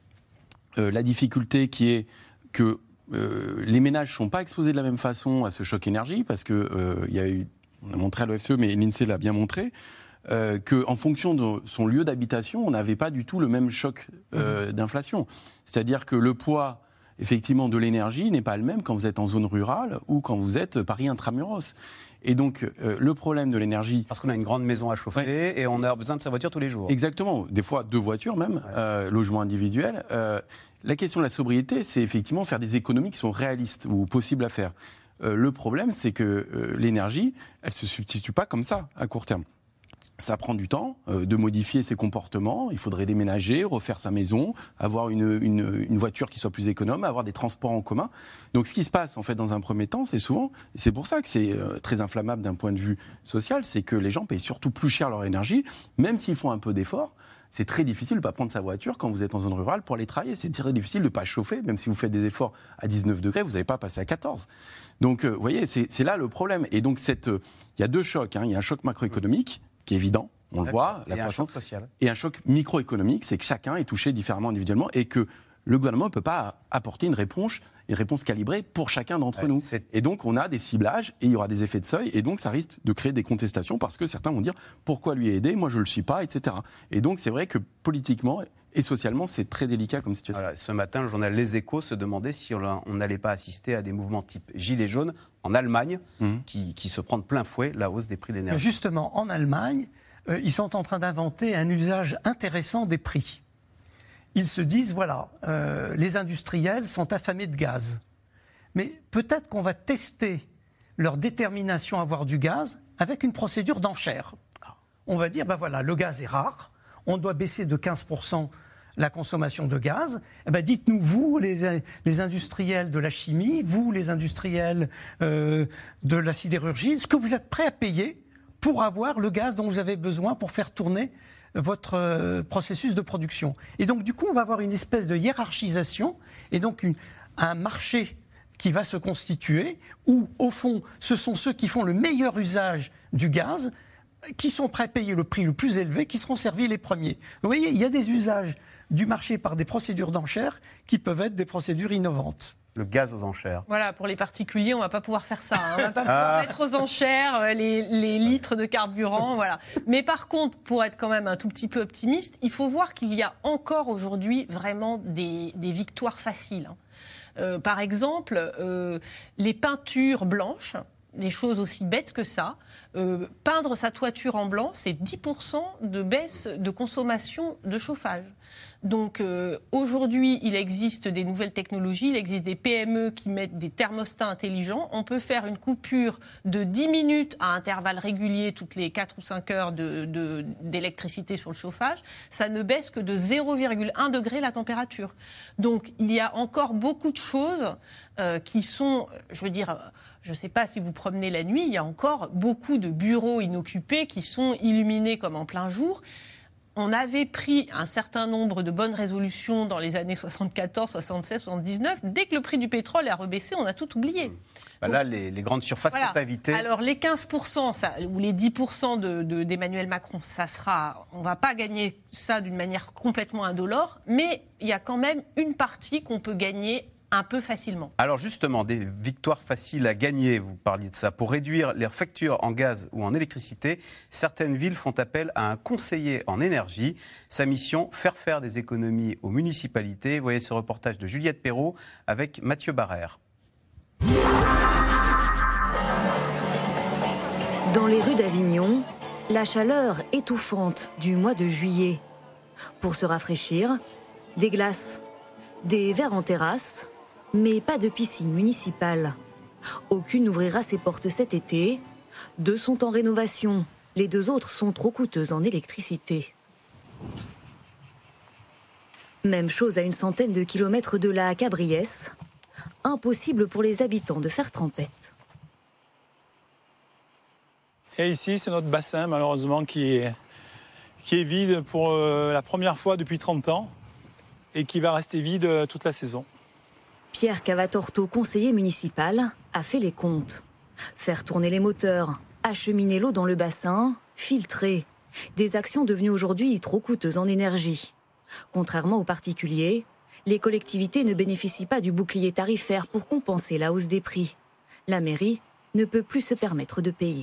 Euh, la difficulté qui est que euh, les ménages ne sont pas exposés de la même façon à ce choc énergie, parce que euh, y a eu, on a montré à l'O F C E, mais l'Insee l'a bien montré, euh, qu'en fonction de son lieu d'habitation, on n'avait pas du tout le même choc euh, mmh. d'inflation. C'est-à-dire que le poids, effectivement, de l'énergie n'est pas le même quand vous êtes en zone rurale ou quand vous êtes Paris intramuros. Et donc, euh, le problème de l'énergie... Parce qu'on a une grande maison à chauffer ouais. et on a besoin de sa voiture tous les jours. Exactement, des fois deux voitures même, ouais. euh, logement individuel. Euh, la question de la sobriété, c'est effectivement faire des économies qui sont réalistes ou possibles à faire. Euh, le problème, c'est que euh, l'énergie, elle ne se substitue pas comme ça, à court terme. Ça prend du temps euh, de modifier ses comportements. Il faudrait déménager, refaire sa maison, avoir une, une, une voiture qui soit plus économe, avoir des transports en commun. Donc ce qui se passe en fait dans un premier temps, c'est souvent, et c'est pour ça que c'est euh, très inflammable d'un point de vue social, c'est que les gens payent surtout plus cher leur énergie, même s'ils font un peu d'efforts. C'est très difficile de ne pas prendre sa voiture quand vous êtes en zone rurale pour aller travailler. C'est très difficile de ne pas chauffer, même si vous faites des efforts à dix-neuf degrés, vous n'allez pas passer à quatorze. Donc euh, vous voyez, c'est, c'est là le problème. Et donc il euh, y a deux chocs. Hein. Il y a un choc macroéconomique, qui est évident, on le voit, la et croissance, un choc social. Et un choc microéconomique, c'est que chacun est touché différemment individuellement et que le gouvernement ne peut pas apporter une réponse, une réponse calibrée pour chacun d'entre ouais, nous. C'est... Et donc on a des ciblages et il y aura des effets de seuil et donc ça risque de créer des contestations parce que certains vont dire pourquoi lui aider, moi je ne le suis pas, et cetera. Et donc c'est vrai que politiquement et socialement c'est très délicat comme situation. Voilà, ce matin, le journal Les Échos se demandait si on n'allait pas assister à des mouvements type Gilets jaunes en Allemagne mmh. qui, qui se prend de plein fouet la hausse des prix de l'énergie. Justement, en Allemagne, euh, ils sont en train d'inventer un usage intéressant des prix. Ils se disent, voilà, euh, les industriels sont affamés de gaz. Mais peut-être qu'on va tester leur détermination à avoir du gaz avec une procédure d'enchère. On va dire, ben voilà, le gaz est rare, on doit baisser de quinze pour cent la consommation de gaz. Eh ben dites-nous, vous, les, les industriels de la chimie, vous, les industriels euh, de la sidérurgie, ce que vous êtes prêts à payer pour avoir le gaz dont vous avez besoin pour faire tourner votre euh, processus de production. Et donc, du coup, on va avoir une espèce de hiérarchisation et donc une, un marché qui va se constituer où, au fond, ce sont ceux qui font le meilleur usage du gaz qui sont prêts à payer le prix le plus élevé, qui seront servis les premiers. Donc, vous voyez, il y a des usages du marché par des procédures d'enchères qui peuvent être des procédures innovantes. Le gaz aux enchères. Voilà, pour les particuliers, on ne va pas pouvoir faire ça. Hein. On ne va pas pouvoir ah. mettre aux enchères les, les litres de carburant. Voilà. Mais par contre, pour être quand même un tout petit peu optimiste, il faut voir qu'il y a encore aujourd'hui vraiment des, des victoires faciles. Hein. Euh, par exemple, euh, les peintures blanches, des choses aussi bêtes que ça. Euh, peindre sa toiture en blanc, c'est dix pour cent de baisse de consommation de chauffage. Donc euh, aujourd'hui, il existe des nouvelles technologies, il existe des P M E qui mettent des thermostats intelligents. On peut faire une coupure de dix minutes à intervalles réguliers, toutes les quatre ou cinq heures de, de, d'électricité sur le chauffage. Ça ne baisse que de zéro virgule un degré la température. Donc il y a encore beaucoup de choses euh, qui sont, je veux dire... Je ne sais pas si vous promenez la nuit, il y a encore beaucoup de bureaux inoccupés qui sont illuminés comme en plein jour. On avait pris un certain nombre de bonnes résolutions dans les années soixante-quatorze, soixante-seize, soixante-dix-neuf. Dès que le prix du pétrole a rebaissé, on a tout oublié. Bah là, les, les grandes surfaces voilà. sont invitées. Alors, les quinze pour cent ça, ou les dix pour cent de, de, d'Emmanuel Macron, ça sera, on ne va pas gagner ça d'une manière complètement indolore, mais il y a quand même une partie qu'on peut gagner un peu facilement. Alors justement, des victoires faciles à gagner, vous parliez de ça. Pour réduire les factures en gaz ou en électricité, certaines villes font appel à un conseiller en énergie. Sa mission, faire faire des économies aux municipalités. Voyez ce reportage de Juliette Perrault avec Mathieu Barrère. Dans les rues d'Avignon, la chaleur étouffante du mois de juillet. Pour se rafraîchir, des glaces, des verres en terrasse, mais pas de piscine municipale. Aucune n'ouvrira ses portes cet été. Deux sont en rénovation. Les deux autres sont trop coûteuses en électricité. Même chose à une centaine de kilomètres de là à Cabriès. Impossible pour les habitants de faire trempette. Et ici, c'est notre bassin, malheureusement, qui est, qui est vide pour euh, la première fois depuis trente ans et qui va rester vide euh, toute la saison. Pierre Cavatorto, conseiller municipal, a fait les comptes. Faire tourner les moteurs, acheminer l'eau dans le bassin, filtrer. Des actions devenues aujourd'hui trop coûteuses en énergie. Contrairement aux particuliers, les collectivités ne bénéficient pas du bouclier tarifaire pour compenser la hausse des prix. La mairie ne peut plus se permettre de payer.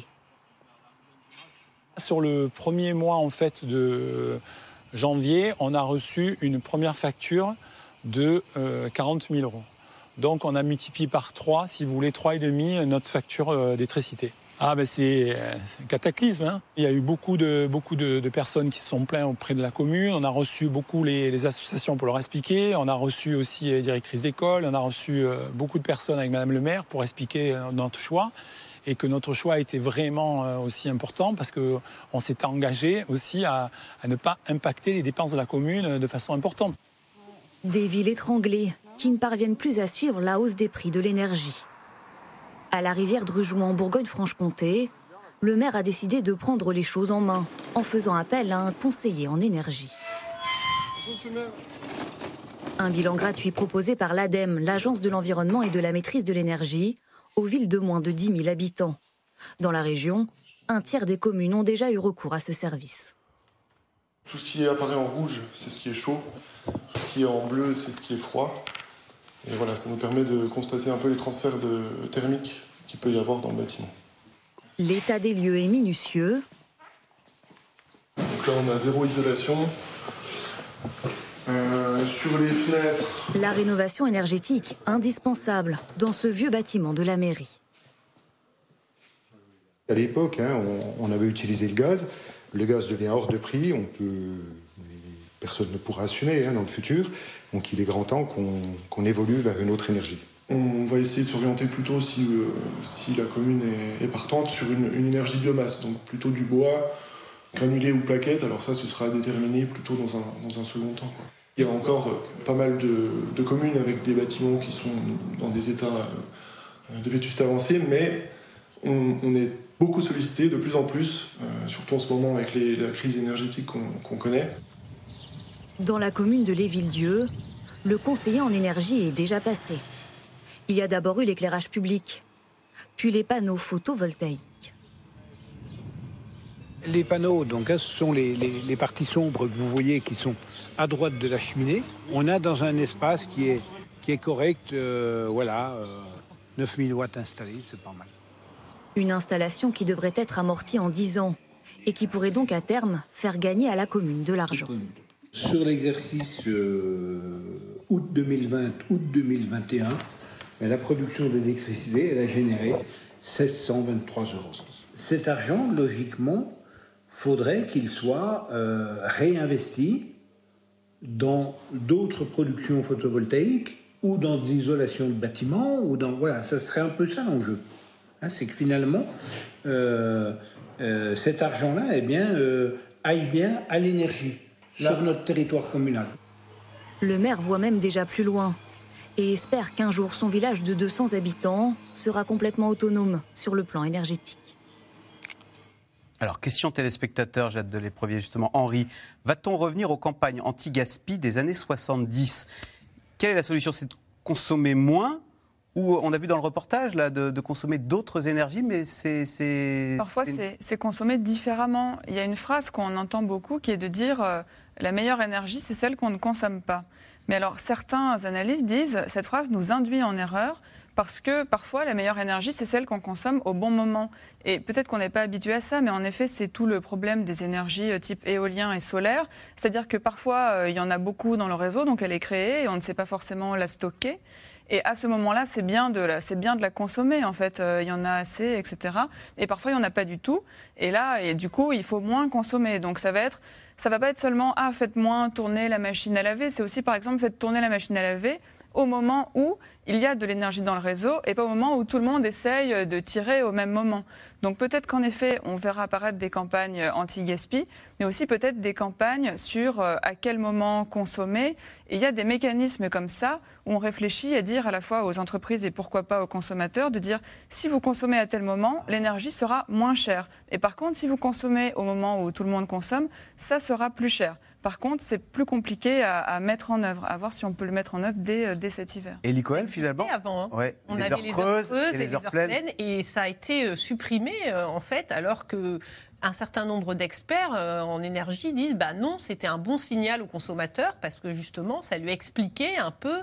Sur le premier mois en fait, de janvier, on a reçu une première facture de euh, quarante mille euros. Donc on a multiplié par trois, si vous voulez, trois virgule cinq notre facture euh, d'électricité. Ah ben c'est un cataclysme. Hein. Il y a eu beaucoup, de, beaucoup de, de personnes qui se sont plaintes auprès de la commune. On a reçu beaucoup les, les associations pour leur expliquer. On a reçu aussi les directrices d'école. On a reçu euh, beaucoup de personnes avec Madame le maire pour expliquer euh, notre choix. Et que notre choix était vraiment euh, aussi important parce qu'on s'était engagé aussi à, à ne pas impacter les dépenses de la commune de façon importante. Des villes étranglées qui ne parviennent plus à suivre la hausse des prix de l'énergie. À la rivière Drujou en Bourgogne-Franche-Comté, le maire a décidé de prendre les choses en main en faisant appel à un conseiller en énergie. Un bilan gratuit proposé par l'ADEME, l'Agence de l'environnement et de la maîtrise de l'énergie, aux villes de moins de dix mille habitants. Dans la région, un tiers des communes ont déjà eu recours à ce service. Tout ce qui apparaît en rouge, c'est ce qui est chaud. Tout ce qui est en bleu, c'est ce qui est froid. Et voilà, ça nous permet de constater un peu les transferts de thermiques qu'il peut y avoir dans le bâtiment. L'état des lieux est minutieux. Donc là, on a zéro isolation. Euh, sur les fenêtres... La rénovation énergétique, indispensable dans ce vieux bâtiment de la mairie. À l'époque, hein, on, on avait utilisé le gaz. Le gaz devient hors de prix. On peut, personne ne pourra assumer hein, dans le futur. Donc il est grand temps qu'on qu'on évolue vers une autre énergie. On va essayer de s'orienter plutôt, si, euh, si la commune est, est partante, sur une, une énergie biomasse. Donc plutôt du bois, granulé ou plaquette. Alors ça, ce sera déterminé plutôt dans un, dans un second temps, quoi. Il y a encore euh, pas mal de, de communes avec des bâtiments qui sont dans des états euh, de vétusté avancée, mais on, on est beaucoup sollicité de plus en plus, euh, surtout en ce moment avec les, la crise énergétique qu'on qu'on connaît. Dans la commune de Léville-Dieu, le conseiller en énergie est déjà passé. Il y a d'abord eu l'éclairage public, puis les panneaux photovoltaïques. Les panneaux, donc, hein, ce sont les, les, les parties sombres que vous voyez qui sont à droite de la cheminée. On a dans un espace qui est, qui est correct, euh, voilà, euh, neuf mille watts installés, c'est pas mal. Une installation qui devrait être amortie en dix ans et qui pourrait donc à terme faire gagner à la commune de l'argent. Sur l'exercice euh, août deux mille vingt, août deux mille vingt et un, la production d'électricité, elle a généré mille six cent vingt-trois euros. Cet argent, logiquement, faudrait qu'il soit euh, réinvesti dans d'autres productions photovoltaïques ou dans des isolations de bâtiments, ou dans, voilà, ça serait un peu ça l'enjeu. Hein, c'est que finalement, euh, euh, cet argent-là eh bien, euh, aille bien à l'énergie sur notre territoire communal. Le maire voit même déjà plus loin et espère qu'un jour son village de deux cents habitants sera complètement autonome sur le plan énergétique. Alors, question téléspectateur, j'ai hâte de l'épreuvier justement. Henri, va-t-on revenir aux campagnes anti-gaspi des années soixante-dix ? Quelle est la solution ? C'est de consommer moins ? Ou on a vu dans le reportage là, de, de consommer d'autres énergies, mais c'est... c'est Parfois, c'est, c'est consommer différemment. Il y a une phrase qu'on entend beaucoup qui est de dire euh, la meilleure énergie, c'est celle qu'on ne consomme pas. Mais alors, certains analystes disent cette phrase nous induit en erreur parce que parfois, la meilleure énergie, c'est celle qu'on consomme au bon moment. Et peut-être qu'on n'est pas habitué à ça, mais en effet, c'est tout le problème des énergies type éolien et solaire. C'est-à-dire que parfois, euh, il y en a beaucoup dans le réseau, donc elle est créée et on ne sait pas forcément la stocker. Et à ce moment-là, c'est bien de la, c'est bien de la consommer, en fait. Euh, il y en a assez, et cetera. Et parfois, il n'y en a pas du tout. Et là, et du coup, il faut moins consommer. Donc ça va être, ça va pas être seulement, ah, faites moins tourner la machine à laver. C'est aussi, par exemple, faites tourner la machine à laver au moment où il y a de l'énergie dans le réseau et pas au moment où tout le monde essaye de tirer au même moment. Donc peut-être qu'en effet, on verra apparaître des campagnes anti-gaspi, mais aussi peut-être des campagnes sur à quel moment consommer. Et il y a des mécanismes comme ça où on réfléchit à dire à la fois aux entreprises et pourquoi pas aux consommateurs de dire si vous consommez à tel moment, l'énergie sera moins chère. Et par contre, si vous consommez au moment où tout le monde consomme, ça sera plus cher. Par contre, c'est plus compliqué à, à mettre en œuvre, à voir si on peut le mettre en œuvre dès, dès cet hiver. Et Cohen, finalement avant, hein. ouais, on les avait heures les creuses heures creuses et et les heures pleines. pleines, et ça a été supprimé euh, en fait, alors que un certain nombre d'experts euh, en énergie disent bah non, c'était un bon signal au consommateur parce que justement, ça lui expliquait un peu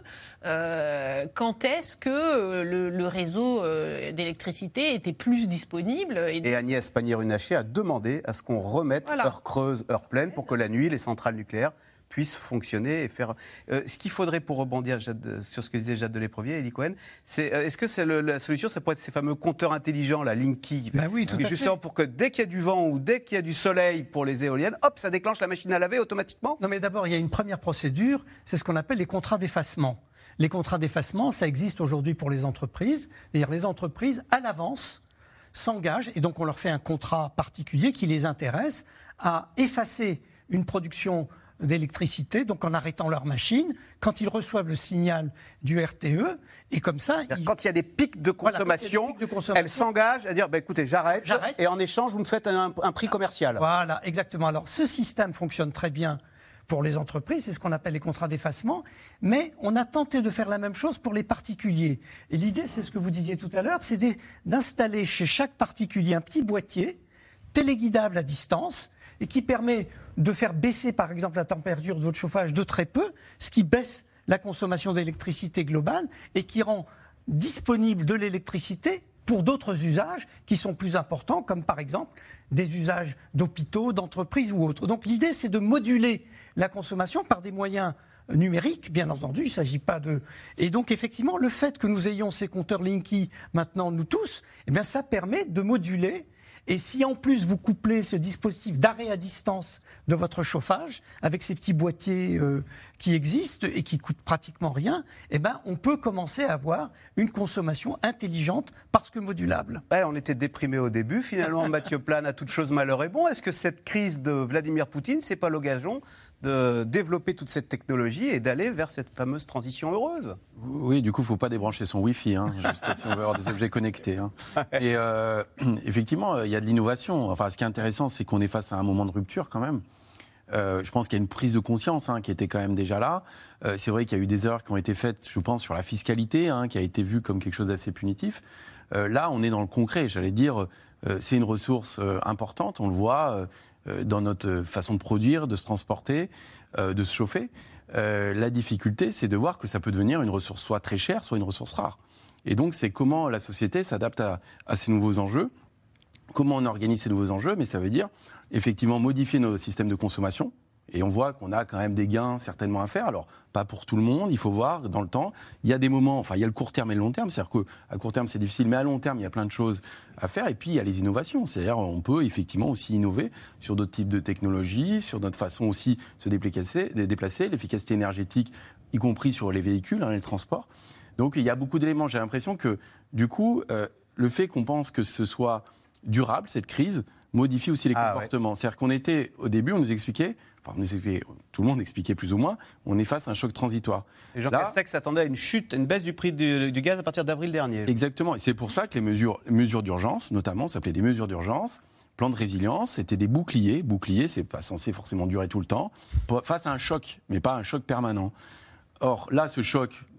euh, quand est-ce que euh, le, le réseau euh, d'électricité était plus disponible. Et, et Agnès Pannier-Runacher a demandé à ce qu'on remette voilà. heure creuse, heure pleine pour que la nuit, les centrales nucléaires puissent fonctionner et faire. Euh, ce qu'il faudrait pour rebondir Jade, sur ce que disait Jade de l'Éprevier et Elie Cohen, c'est euh, est-ce que c'est le, la solution, ça pourrait être ces fameux compteurs intelligents, la Linky, ben oui, tout à justement fait. Pour que dès qu'il y a du vent ou dès qu'il y a du soleil pour les éoliennes, hop, ça déclenche la machine à laver automatiquement. Non, mais d'abord, il y a une première procédure, c'est ce qu'on appelle les contrats d'effacement. Les contrats d'effacement, ça existe aujourd'hui pour les entreprises. C'est-à-dire les entreprises, à l'avance, s'engagent, et donc on leur fait un contrat particulier qui les intéresse, à effacer une production d'électricité, donc en arrêtant leur machine, quand ils reçoivent le signal du R T E, et comme ça... Ils... Quand il y a des pics de consommation, voilà, pics de consommation elles s'engagent à dire, bah, écoutez, j'arrête, j'arrête, et en échange, vous me faites un, un prix commercial. Voilà, exactement. Alors, ce système fonctionne très bien pour les entreprises, c'est ce qu'on appelle les contrats d'effacement, mais on a tenté de faire la même chose pour les particuliers. Et l'idée, c'est ce que vous disiez tout à l'heure, c'est d'installer chez chaque particulier un petit boîtier téléguidable à distance, et qui permet de faire baisser, par exemple, la température de votre chauffage de très peu, ce qui baisse la consommation d'électricité globale et qui rend disponible de l'électricité pour d'autres usages qui sont plus importants, comme par exemple des usages d'hôpitaux, d'entreprises ou autres. Donc l'idée, c'est de moduler la consommation par des moyens numériques, bien entendu, il ne s'agit pas de... Et donc, effectivement, le fait que nous ayons ces compteurs Linky, maintenant, nous tous, eh bien, ça permet de moduler. Et si en plus vous couplez ce dispositif d'arrêt à distance de votre chauffage avec ces petits boîtiers euh, qui existent et qui coûtent pratiquement rien, eh ben on peut commencer à avoir une consommation intelligente parce que modulable. Ouais, on était déprimé au début. Finalement, Mathieu Plane, à toute chose malheur est bon. Est-ce que cette crise de Vladimir Poutine, c'est pas l'occasion de développer toute cette technologie et d'aller vers cette fameuse transition heureuse? Oui, du coup, il ne faut pas débrancher son Wi-Fi, hein, juste si on veut avoir des objets connectés. Hein. Et euh, effectivement, il y a de l'innovation. Enfin, ce qui est intéressant, c'est qu'on est face à un moment de rupture quand même. Euh, je pense qu'il y a une prise de conscience hein, qui était quand même déjà là. Euh, c'est vrai qu'il y a eu des erreurs qui ont été faites, je pense, sur la fiscalité, hein, qui a été vue comme quelque chose d'assez punitif. Euh, là, on est dans le concret. J'allais dire, euh, c'est une ressource euh, importante. On le voit euh, dans notre façon de produire, de se transporter, euh, de se chauffer. Euh, la difficulté, c'est de voir que ça peut devenir une ressource soit très chère, soit une ressource rare. Et donc, c'est comment la société s'adapte à, à ces nouveaux enjeux, comment on organise ces nouveaux enjeux, mais ça veut dire effectivement modifier nos systèmes de consommation. Et on voit qu'on a quand même des gains certainement à faire. Alors, pas pour tout le monde, il faut voir dans le temps. Il y a des moments, enfin, il y a le court terme et le long terme. C'est-à-dire qu'à court terme, c'est difficile, mais à long terme, il y a plein de choses à faire. Et puis, il y a les innovations. C'est-à-dire on peut effectivement aussi innover sur d'autres types de technologies, sur notre façon aussi de se déplacer, de déplacer, l'efficacité énergétique, y compris sur les véhicules, hein, les transports. Donc, il y a beaucoup d'éléments. J'ai l'impression que, du coup, euh, le fait qu'on pense que ce soit durable, cette crise, modifie aussi les ah, comportements. Ouais. C'est-à-dire qu'on était, au début, on nous expliquait, enfin, on nous expliquait, tout le monde expliquait plus ou moins, on est face à un choc transitoire. Et Jean Là, Castex s'attendait à une chute, à une baisse du prix du, du gaz à partir d'avril dernier. Exactement. Et c'est pour ça que les mesures, mesures d'urgence, notamment, s'appelaient des mesures d'urgence, plan de résilience, c'était des boucliers. Boucliers, c'est pas censé forcément durer tout le temps, face à un choc, mais pas un choc permanent. Or, là, ce choc,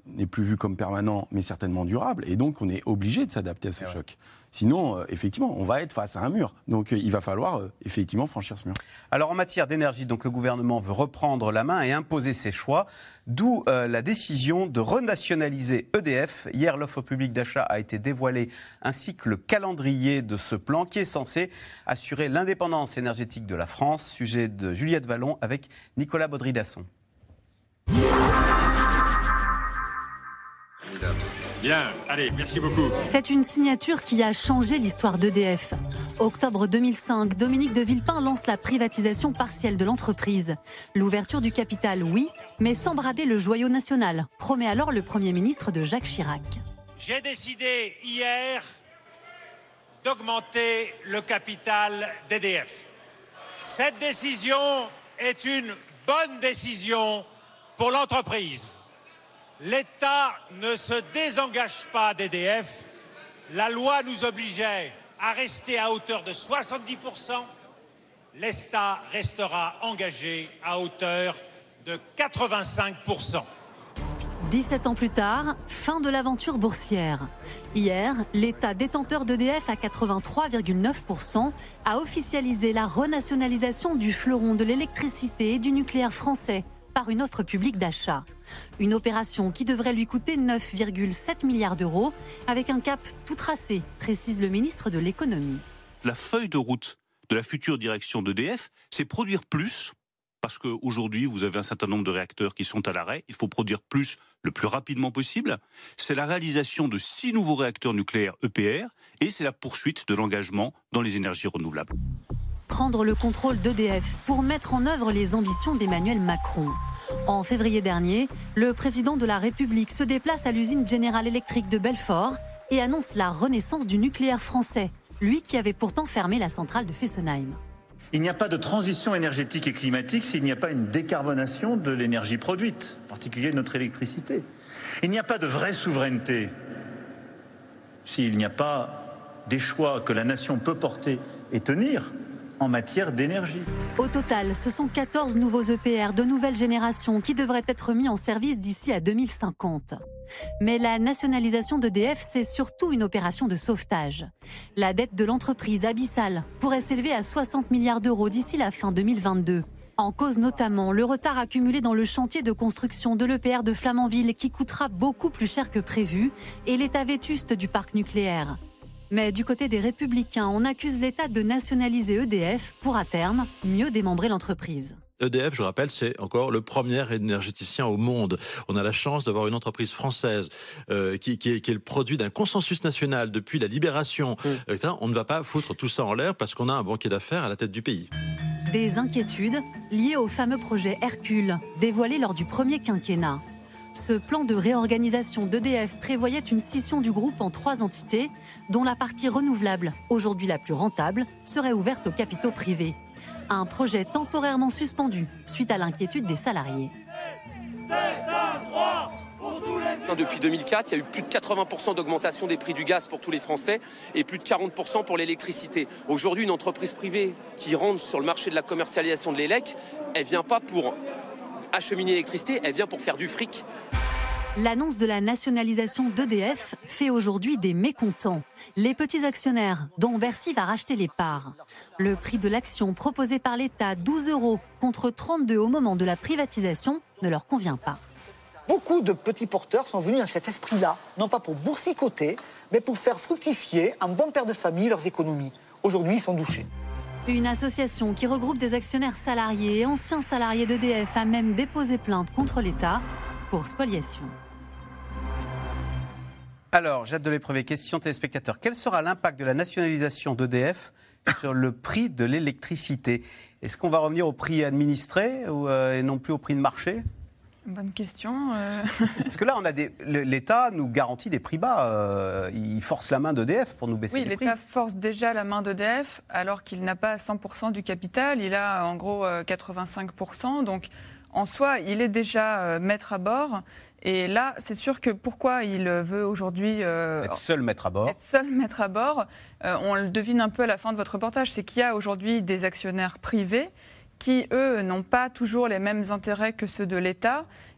n'est plus vu comme permanent, mais certainement durable. Et donc, on est obligé de s'adapter à ce choc. Ouais. Sinon, euh, effectivement, on va être face à un mur. Donc, euh, il va falloir euh, effectivement franchir ce mur. Alors, en matière d'énergie, donc, le gouvernement veut reprendre la main et imposer ses choix, d'où euh, la décision de renationaliser E D F. Hier, l'offre publique d'achat a été dévoilée, ainsi que le calendrier de ce plan qui est censé assurer l'indépendance énergétique de la France. Sujet de Juliette Vallon avec Nicolas Baudry-Dasson. Bien, allez, merci beaucoup. C'est une signature qui a changé l'histoire d'E D F. Octobre deux mille cinq, Dominique de Villepin lance la privatisation partielle de l'entreprise. L'ouverture du capital, oui, mais sans brader le joyau national, promet alors le Premier ministre de Jacques Chirac. J'ai décidé hier d'augmenter le capital d'E D F. Cette décision est une bonne décision pour l'entreprise. L'État ne se désengage pas d'E D F. La loi nous obligeait à rester à hauteur de soixante-dix pour cent. L'État restera engagé à hauteur de quatre-vingt-cinq pour cent. dix-sept ans plus tard, fin de l'aventure boursière. Hier, l'État détenteur d'E D F à quatre-vingt-trois virgule neuf pour cent a officialisé la renationalisation du fleuron de l'électricité et du nucléaire français par une offre publique d'achat. Une opération qui devrait lui coûter neuf virgule sept milliards d'euros, avec un cap tout tracé, précise le ministre de l'Économie. La feuille de route de la future direction d'E D F, c'est produire plus, parce qu'aujourd'hui, vous avez un certain nombre de réacteurs qui sont à l'arrêt, il faut produire plus le plus rapidement possible. C'est la réalisation de six nouveaux réacteurs nucléaires E P R, et c'est la poursuite de l'engagement dans les énergies renouvelables. Prendre le contrôle d'E D F pour mettre en œuvre les ambitions d'Emmanuel Macron. En février dernier, le président de la République se déplace à l'usine General Electric de Belfort et annonce la renaissance du nucléaire français, lui qui avait pourtant fermé la centrale de Fessenheim. Il n'y a pas de transition énergétique et climatique s'il n'y a pas une décarbonation de l'énergie produite, en particulier notre électricité. Il n'y a pas de vraie souveraineté s'il n'y a pas des choix que la nation peut porter et tenir en matière d'énergie. Au total, ce sont quatorze nouveaux E P R de nouvelle génération qui devraient être mis en service d'ici à deux mille cinquante. Mais la nationalisation d'E D F, c'est surtout une opération de sauvetage. La dette de l'entreprise abyssale pourrait s'élever à soixante milliards d'euros d'ici la fin deux mille vingt-deux. En cause notamment le retard accumulé dans le chantier de construction de l'E P R de Flamanville qui coûtera beaucoup plus cher que prévu et l'état vétuste du parc nucléaire. Mais du côté des Républicains, on accuse l'État de nationaliser E D F pour, à terme, mieux démembrer l'entreprise. E D F, je rappelle, c'est encore le premier énergéticien au monde. On a la chance d'avoir une entreprise française euh, qui, qui, est, qui est le produit d'un consensus national depuis la libération. Mmh. Euh, on ne va pas foutre tout ça en l'air parce qu'on a un banquier d'affaires à la tête du pays. Des inquiétudes liées au fameux projet Hercule, dévoilé lors du premier quinquennat. Ce plan de réorganisation d'E D F prévoyait une scission du groupe en trois entités, dont la partie renouvelable, aujourd'hui la plus rentable, serait ouverte aux capitaux privés. Un projet temporairement suspendu suite à l'inquiétude des salariés. Depuis deux mille quatre, il y a eu plus de quatre-vingts pour cent d'augmentation des prix du gaz pour tous les Français et plus de quarante pour cent pour l'électricité. Aujourd'hui, une entreprise privée qui rentre sur le marché de la commercialisation de l'élec, elle ne vient pas pour acheminer l'électricité, elle vient pour faire du fric. L'annonce de la nationalisation d'E D F fait aujourd'hui des mécontents. Les petits actionnaires, dont Bercy va racheter les parts. Le prix de l'action proposé par l'État, douze euros contre trente-deux au moment de la privatisation, ne leur convient pas. Beaucoup de petits porteurs sont venus dans cet esprit-là, non pas pour boursicoter, mais pour faire fructifier en bon père de famille leurs économies. Aujourd'hui, ils sont douchés. Une association qui regroupe des actionnaires salariés et anciens salariés d'E D F a même déposé plainte contre l'État pour spoliation. Alors, Jade de l'Épreuvé, question téléspectateurs. Quel sera l'impact de la nationalisation d'E D F sur le prix de l'électricité? Est-ce qu'on va revenir au prix administré ou, euh, et non plus au prix de marché? Bonne question. Euh... Parce que là, on a des... l'État nous garantit des prix bas. Euh, il force la main d'E D F pour nous baisser oui, les prix. Oui, l'État force déjà la main d'E D F alors qu'il n'a pas cent pour cent du capital. Il a en gros quatre-vingt-cinq pour cent. Donc, en soi, il est déjà maître à bord. Et là, c'est sûr que pourquoi il veut aujourd'hui... Euh, être seul maître à bord. Être seul maître à bord. Euh, on le devine un peu à la fin de votre reportage. C'est qu'il y a aujourd'hui des actionnaires privés qui, eux, n'ont pas toujours les mêmes intérêts que ceux de l'État.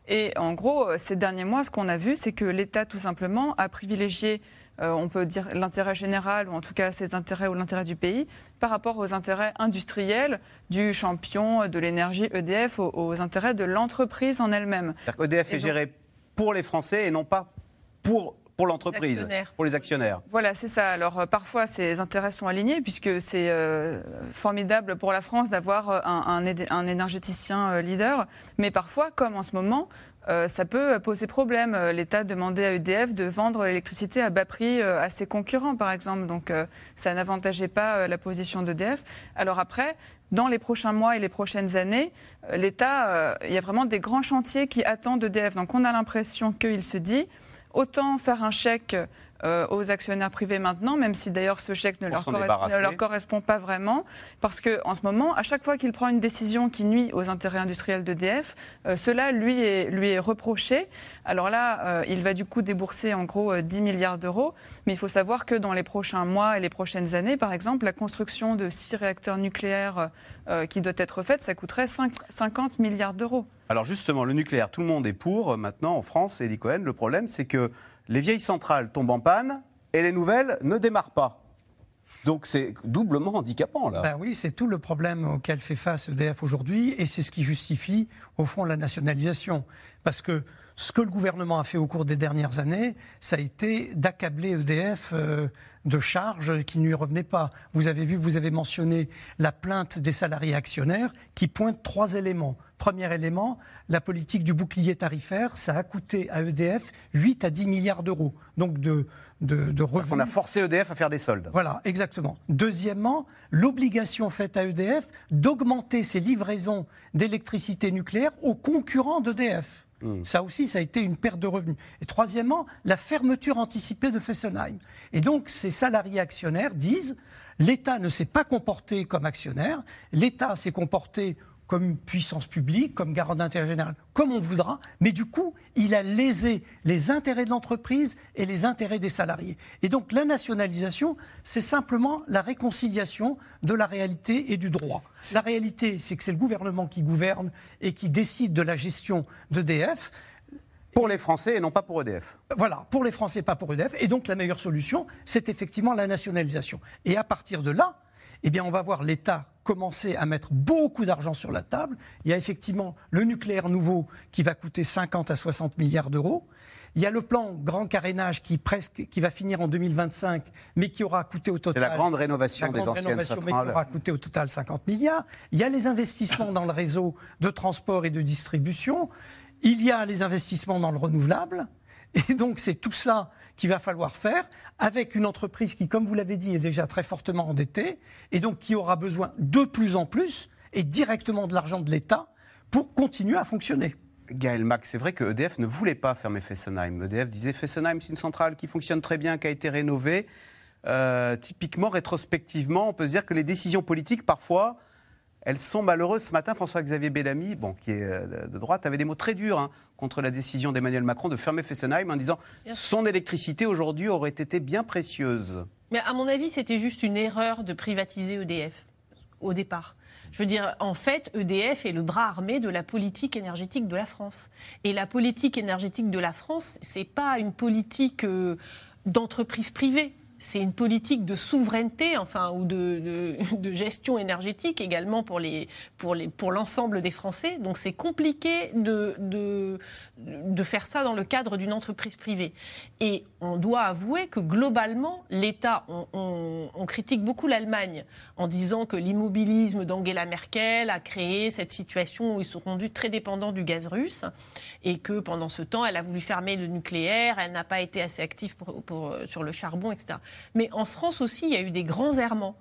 Et en gros, ces derniers mois, ce qu'on a vu, c'est que l'État, tout simplement, a privilégié, euh, on peut dire, l'intérêt général, ou en tout cas ses intérêts ou l'intérêt du pays, par rapport aux intérêts industriels du champion de l'énergie E D F, aux, aux intérêts de l'entreprise en elle-même. C'est-à-dire qu'E D F est géré pour les Français et non pas pour... pour l'entreprise, pour les actionnaires. Voilà, c'est ça. Alors, euh, parfois, ces intérêts sont alignés, puisque c'est euh, formidable pour la France d'avoir un, un, un énergéticien euh, leader. Mais parfois, comme en ce moment, euh, ça peut poser problème. L'État demandait à E D F de vendre l'électricité à bas prix euh, à ses concurrents, par exemple. Donc, euh, ça n'avantageait pas euh, la position d'E D F. Alors après... Dans les prochains mois et les prochaines années, l'État, euh, il y a vraiment des grands chantiers qui attendent E D F. Donc on a l'impression qu'il se dit, autant faire un chèque euh, aux actionnaires privés maintenant, même si d'ailleurs ce chèque ne leur, correspond, ne leur correspond pas vraiment, parce qu'en ce moment, à chaque fois qu'il prend une décision qui nuit aux intérêts industriels d'E D F, euh, cela lui est, lui est reproché. Alors là, euh, il va du coup débourser en gros euh, dix milliards d'euros, mais il faut savoir que dans les prochains mois et les prochaines années, par exemple, la construction de six réacteurs nucléaires euh, qui doit être faite, ça coûterait cinquante milliards d'euros. Alors justement, le nucléaire, tout le monde est pour euh, maintenant en France, Elie Cohen. Le problème, c'est que les vieilles centrales tombent en panne et les nouvelles ne démarrent pas. Donc c'est doublement handicapant, là. Ben oui, c'est tout le problème auquel fait face E D F aujourd'hui, et c'est ce qui justifie, au fond, la nationalisation. Parce que ce que le gouvernement a fait au cours des dernières années, ça a été d'accabler E D F euh, de charges qui ne lui revenaient pas. Vous avez vu, vous avez mentionné la plainte des salariés actionnaires qui pointe trois éléments. Premier élément, la politique du bouclier tarifaire, ça a coûté à E D F huit à dix milliards d'euros. Donc de, de, de revenus. On a forcé E D F à faire des soldes. Voilà, exactement. Deuxièmement, l'obligation faite à E D F d'augmenter ses livraisons d'électricité nucléaire aux concurrents d'E D F. Mmh. Ça aussi, ça a été une perte de revenus. Et troisièmement, la fermeture anticipée de Fessenheim. Et donc, ces salariés actionnaires disent l'État ne s'est pas comporté comme actionnaire, l'État s'est comporté comme une puissance publique, comme garant d'intérêt général, comme on voudra, mais du coup, il a lésé les intérêts de l'entreprise et les intérêts des salariés. Et donc, la nationalisation, c'est simplement la réconciliation de la réalité et du droit. La réalité, c'est que c'est le gouvernement qui gouverne et qui décide de la gestion d'E D F. Pour les Français et non pas pour E D F. Voilà, pour les Français, pas pour E D F. Et donc, la meilleure solution, c'est effectivement la nationalisation. Et à partir de là, eh bien, on va voir l'État commencer à mettre beaucoup d'argent sur la table. Il y a effectivement le nucléaire nouveau qui va coûter cinquante à soixante milliards d'euros. Il y a le plan grand carénage qui, presque, qui va finir en deux mille vingt-cinq, mais qui aura coûté au total... C'est la grande rénovation la des grande anciennes rénovation, centrales. Mais qui aura coûté au total cinquante milliards. Il y a les investissements dans le réseau de transport et de distribution. Il y a les investissements dans le renouvelable. Et donc, c'est tout ça qu'il va falloir faire avec une entreprise qui, comme vous l'avez dit, est déjà très fortement endettée et donc qui aura besoin de plus en plus et directement de l'argent de l'État pour continuer à fonctionner. Gaël Max, c'est vrai que E D F ne voulait pas fermer Fessenheim. E D F disait Fessenheim, c'est une centrale qui fonctionne très bien, qui a été rénovée. Euh, typiquement, rétrospectivement, on peut se dire que les décisions politiques, parfois... elles sont malheureuses. Ce matin, François-Xavier Bellamy, bon, qui est de droite, avait des mots très durs hein, contre la décision d'Emmanuel Macron de fermer Fessenheim en disant « son électricité aujourd'hui aurait été bien précieuse ». Mais à mon avis, c'était juste une erreur de privatiser E D F au départ. Je veux dire, en fait, E D F est le bras armé de la politique énergétique de la France. Et la politique énergétique de la France, c'est pas une politique euh, d'entreprise privée. C'est une politique de souveraineté, enfin, ou de, de, de gestion énergétique également pour, les, pour, les, pour l'ensemble des Français. Donc c'est compliqué de, de, de faire ça dans le cadre d'une entreprise privée. Et on doit avouer que globalement, l'État, on, on, on critique beaucoup l'Allemagne en disant que l'immobilisme d'Angela Merkel a créé cette situation où ils sont rendus très dépendants du gaz russe et que pendant ce temps, elle a voulu fermer le nucléaire, elle n'a pas été assez active pour, pour, sur le charbon, et cetera. Mais en France aussi, il y a eu des grands errements,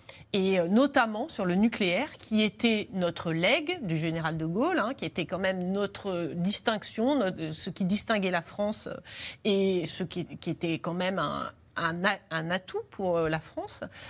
et notamment sur le nucléaire, qui était notre legs du général de Gaulle, hein, qui était quand même notre distinction, notre, ce qui distinguait la France, et ce qui, qui était quand même un, un, un atout pour la France.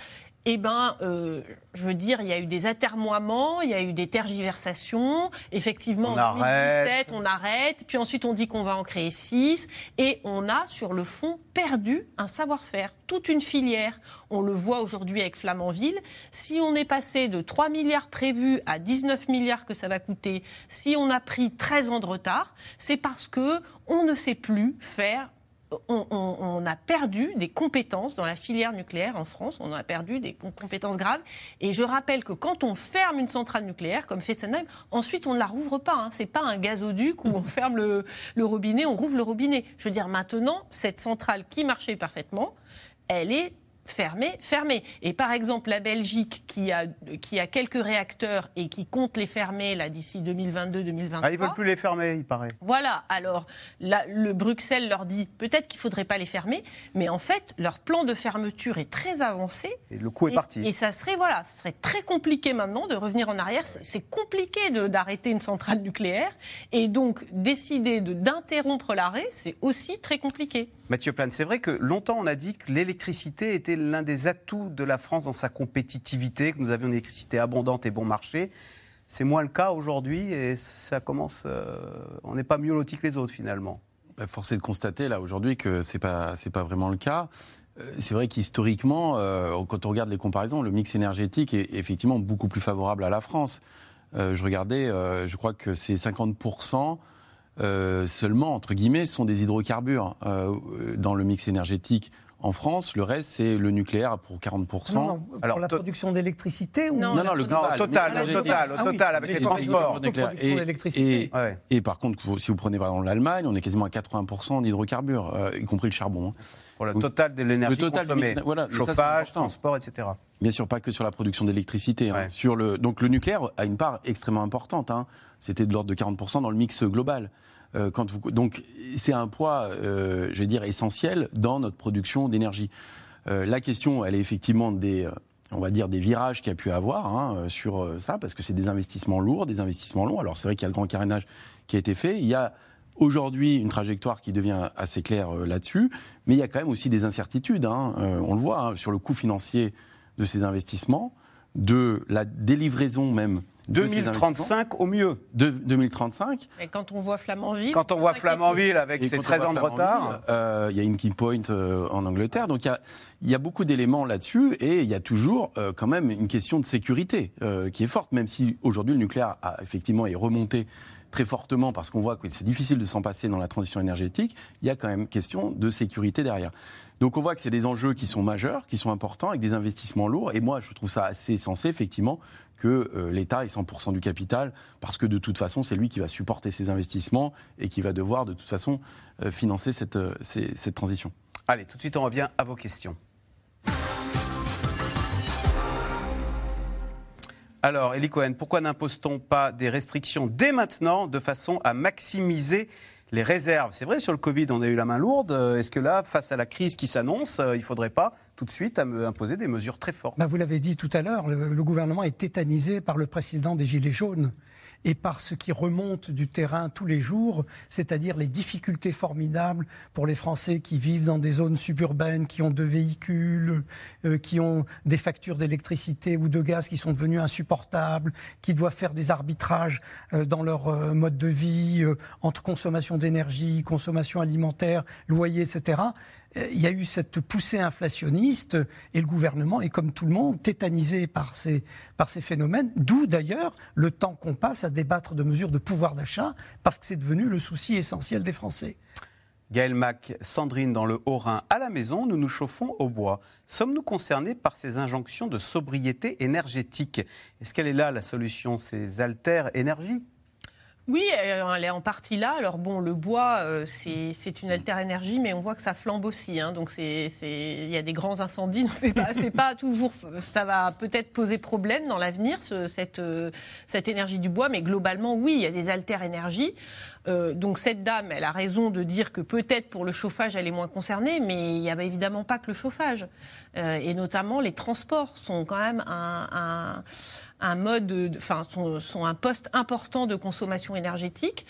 eh ben, euh, je veux dire, il y a eu des atermoiements, il y a eu des tergiversations. Effectivement, on en arrête. deux mille dix-sept, on arrête. Puis ensuite, on dit qu'on va en créer six. Et on a, sur le fond, perdu un savoir-faire, toute une filière. On le voit aujourd'hui avec Flamanville. Si on est passé de trois milliards prévus à dix-neuf milliards que ça va coûter, si on a pris treize ans de retard, c'est parce qu'on ne sait plus faire. On, on, on a perdu des compétences dans la filière nucléaire en France, on a perdu des compétences graves. Et je rappelle que quand on ferme une centrale nucléaire, comme Fessenheim, ensuite on ne la rouvre pas. Hein. Ce n'est pas un gazoduc où on ferme le, le robinet, on rouvre le robinet. Je veux dire, maintenant, cette centrale qui marchait parfaitement, elle est fermée, fermée. Et par exemple, la Belgique, qui a, qui a quelques réacteurs et qui compte les fermer là, d'ici deux mille vingt-deux deux mille vingt-trois. Ah, ils ne veulent plus les fermer, il paraît. Voilà. Alors, là, le Bruxelles leur dit peut-être qu'il ne faudrait pas les fermer, mais en fait, leur plan de fermeture est très avancé. Et le coup est et, parti. Et ça serait, voilà, ça serait très compliqué maintenant de revenir en arrière. C'est, c'est compliqué de, d'arrêter une centrale nucléaire. Et donc, décider de, d'interrompre l'arrêt, c'est aussi très compliqué. Mathieu Plane, c'est vrai que longtemps on a dit que l'électricité était l'un des atouts de la France dans sa compétitivité, que nous avions une électricité abondante et bon marché. C'est moins le cas aujourd'hui et ça commence. Euh, on n'est pas mieux lotis que les autres finalement. Bah, force est de constater là aujourd'hui que c'est pas c'est pas vraiment le cas. Euh, c'est vrai qu'historiquement, euh, quand on regarde les comparaisons, le mix énergétique est effectivement beaucoup plus favorable à la France. Euh, je regardais, euh, je crois que c'est cinquante pour cent. Euh, seulement, entre guillemets, sont des hydrocarbures euh, dans le mix énergétique en France. Le reste, c'est le nucléaire pour quarante pour cent. Non, non, pour Alors, la to- production d'électricité ou... Non, non, le global, non, total, le au mix total, au Ah oui. total, avec les, Les transports. de production d'électricité. Et, Ouais. et par contre, vous- si vous prenez par exemple l'Allemagne, on est quasiment à quatre-vingts pour cent d'hydrocarbures, euh, y compris le charbon. hein. Pour le Donc, total de l'énergie le total du consommée. mix- voilà, mais ça, c'est Chauffage, important. transport, et cetera. Bien sûr, pas que sur la production d'électricité. hein. Ouais. Sur le, donc le nucléaire a une part extrêmement importante. hein. C'était de l'ordre de quarante pour cent dans le mix global. Euh, quand vous, donc c'est un poids, euh, je vais dire, essentiel dans notre production d'énergie. Euh, la question, elle est effectivement des, euh, on va dire, des virages qu'il y a pu avoir hein, sur euh, ça, parce que c'est des investissements lourds, des investissements longs. Alors c'est vrai qu'il y a le grand carénage qui a été fait. Il y a aujourd'hui une trajectoire qui devient assez claire euh, là-dessus, mais il y a quand même aussi des incertitudes. Hein. Euh, on le voit hein, sur le coût financier de ces investissements, de la délivraison même. deux mille trente-cinq au mieux. De deux mille trente-cinq. Et quand on voit Flamanville... Quand on voit Flamanville avec Et ses quand on treize voit ans de Flamanville, retard. euh, Il y a une key point euh, en Angleterre. Donc il y a, il y a beaucoup d'éléments là-dessus et il y a toujours euh, quand même une question de sécurité euh, qui est forte, même si aujourd'hui le nucléaire a, effectivement est remonté très fortement parce qu'on voit que c'est difficile de s'en passer dans la transition énergétique. Il y a quand même question de sécurité derrière. Donc on voit que c'est des enjeux qui sont majeurs, qui sont importants, avec des investissements lourds. Et moi, je trouve ça assez sensé, effectivement, que euh, l'État ait cent pour cent du capital, parce que de toute façon, c'est lui qui va supporter ces investissements et qui va devoir, de toute façon, euh, financer cette, euh, ces, cette transition. Allez, tout de suite, on revient à vos questions. Alors, Elie Cohen, pourquoi n'impose-t-on pas des restrictions dès maintenant de façon à maximiser les réserves? C'est vrai, sur le Covid, on a eu la main lourde. Est-ce que là, face à la crise qui s'annonce, il ne faudrait pas tout de suite imposer des mesures très fortes? Bah, vous l'avez dit tout à l'heure, le, le gouvernement est tétanisé par le précédent des Gilets jaunes et par ce qui remonte du terrain tous les jours, c'est-à-dire les difficultés formidables pour les Français qui vivent dans des zones suburbaines, qui ont deux véhicules, euh, qui ont des factures d'électricité ou de gaz qui sont devenues insupportables, qui doivent faire des arbitrages euh, dans leur euh, mode de vie, euh, entre consommation d'énergie, consommation alimentaire, loyer, et cetera. Il y a eu cette poussée inflationniste et le gouvernement est, comme tout le monde, tétanisé par ces, par ces phénomènes, d'où d'ailleurs le temps qu'on passe à débattre de mesures de pouvoir d'achat, parce que c'est devenu le souci essentiel des Français. Gaël Mac, Sandrine dans le Haut-Rhin, à la maison, nous nous chauffons au bois. Sommes-nous concernés par ces injonctions de sobriété énergétique? Est-ce qu'elle est là la solution, ces alter-énergies? Oui, elle est en partie là. Alors bon, le bois, euh, c'est, c'est une alter-énergie, mais on voit que ça flambe aussi. Hein, donc c'est, c'est, il y a des grands incendies. Donc c'est pas, c'est pas toujours. Ça va peut-être poser problème dans l'avenir, ce, cette, euh, cette énergie du bois. Mais globalement, oui, il y a des alter-énergies. Euh, donc cette dame, elle a raison de dire que peut-être pour le chauffage, elle est moins concernée, mais il n'y a évidemment pas que le chauffage. Euh, et notamment, les transports sont quand même un... un un mode, de, enfin, sont, sont un poste important de consommation énergétique.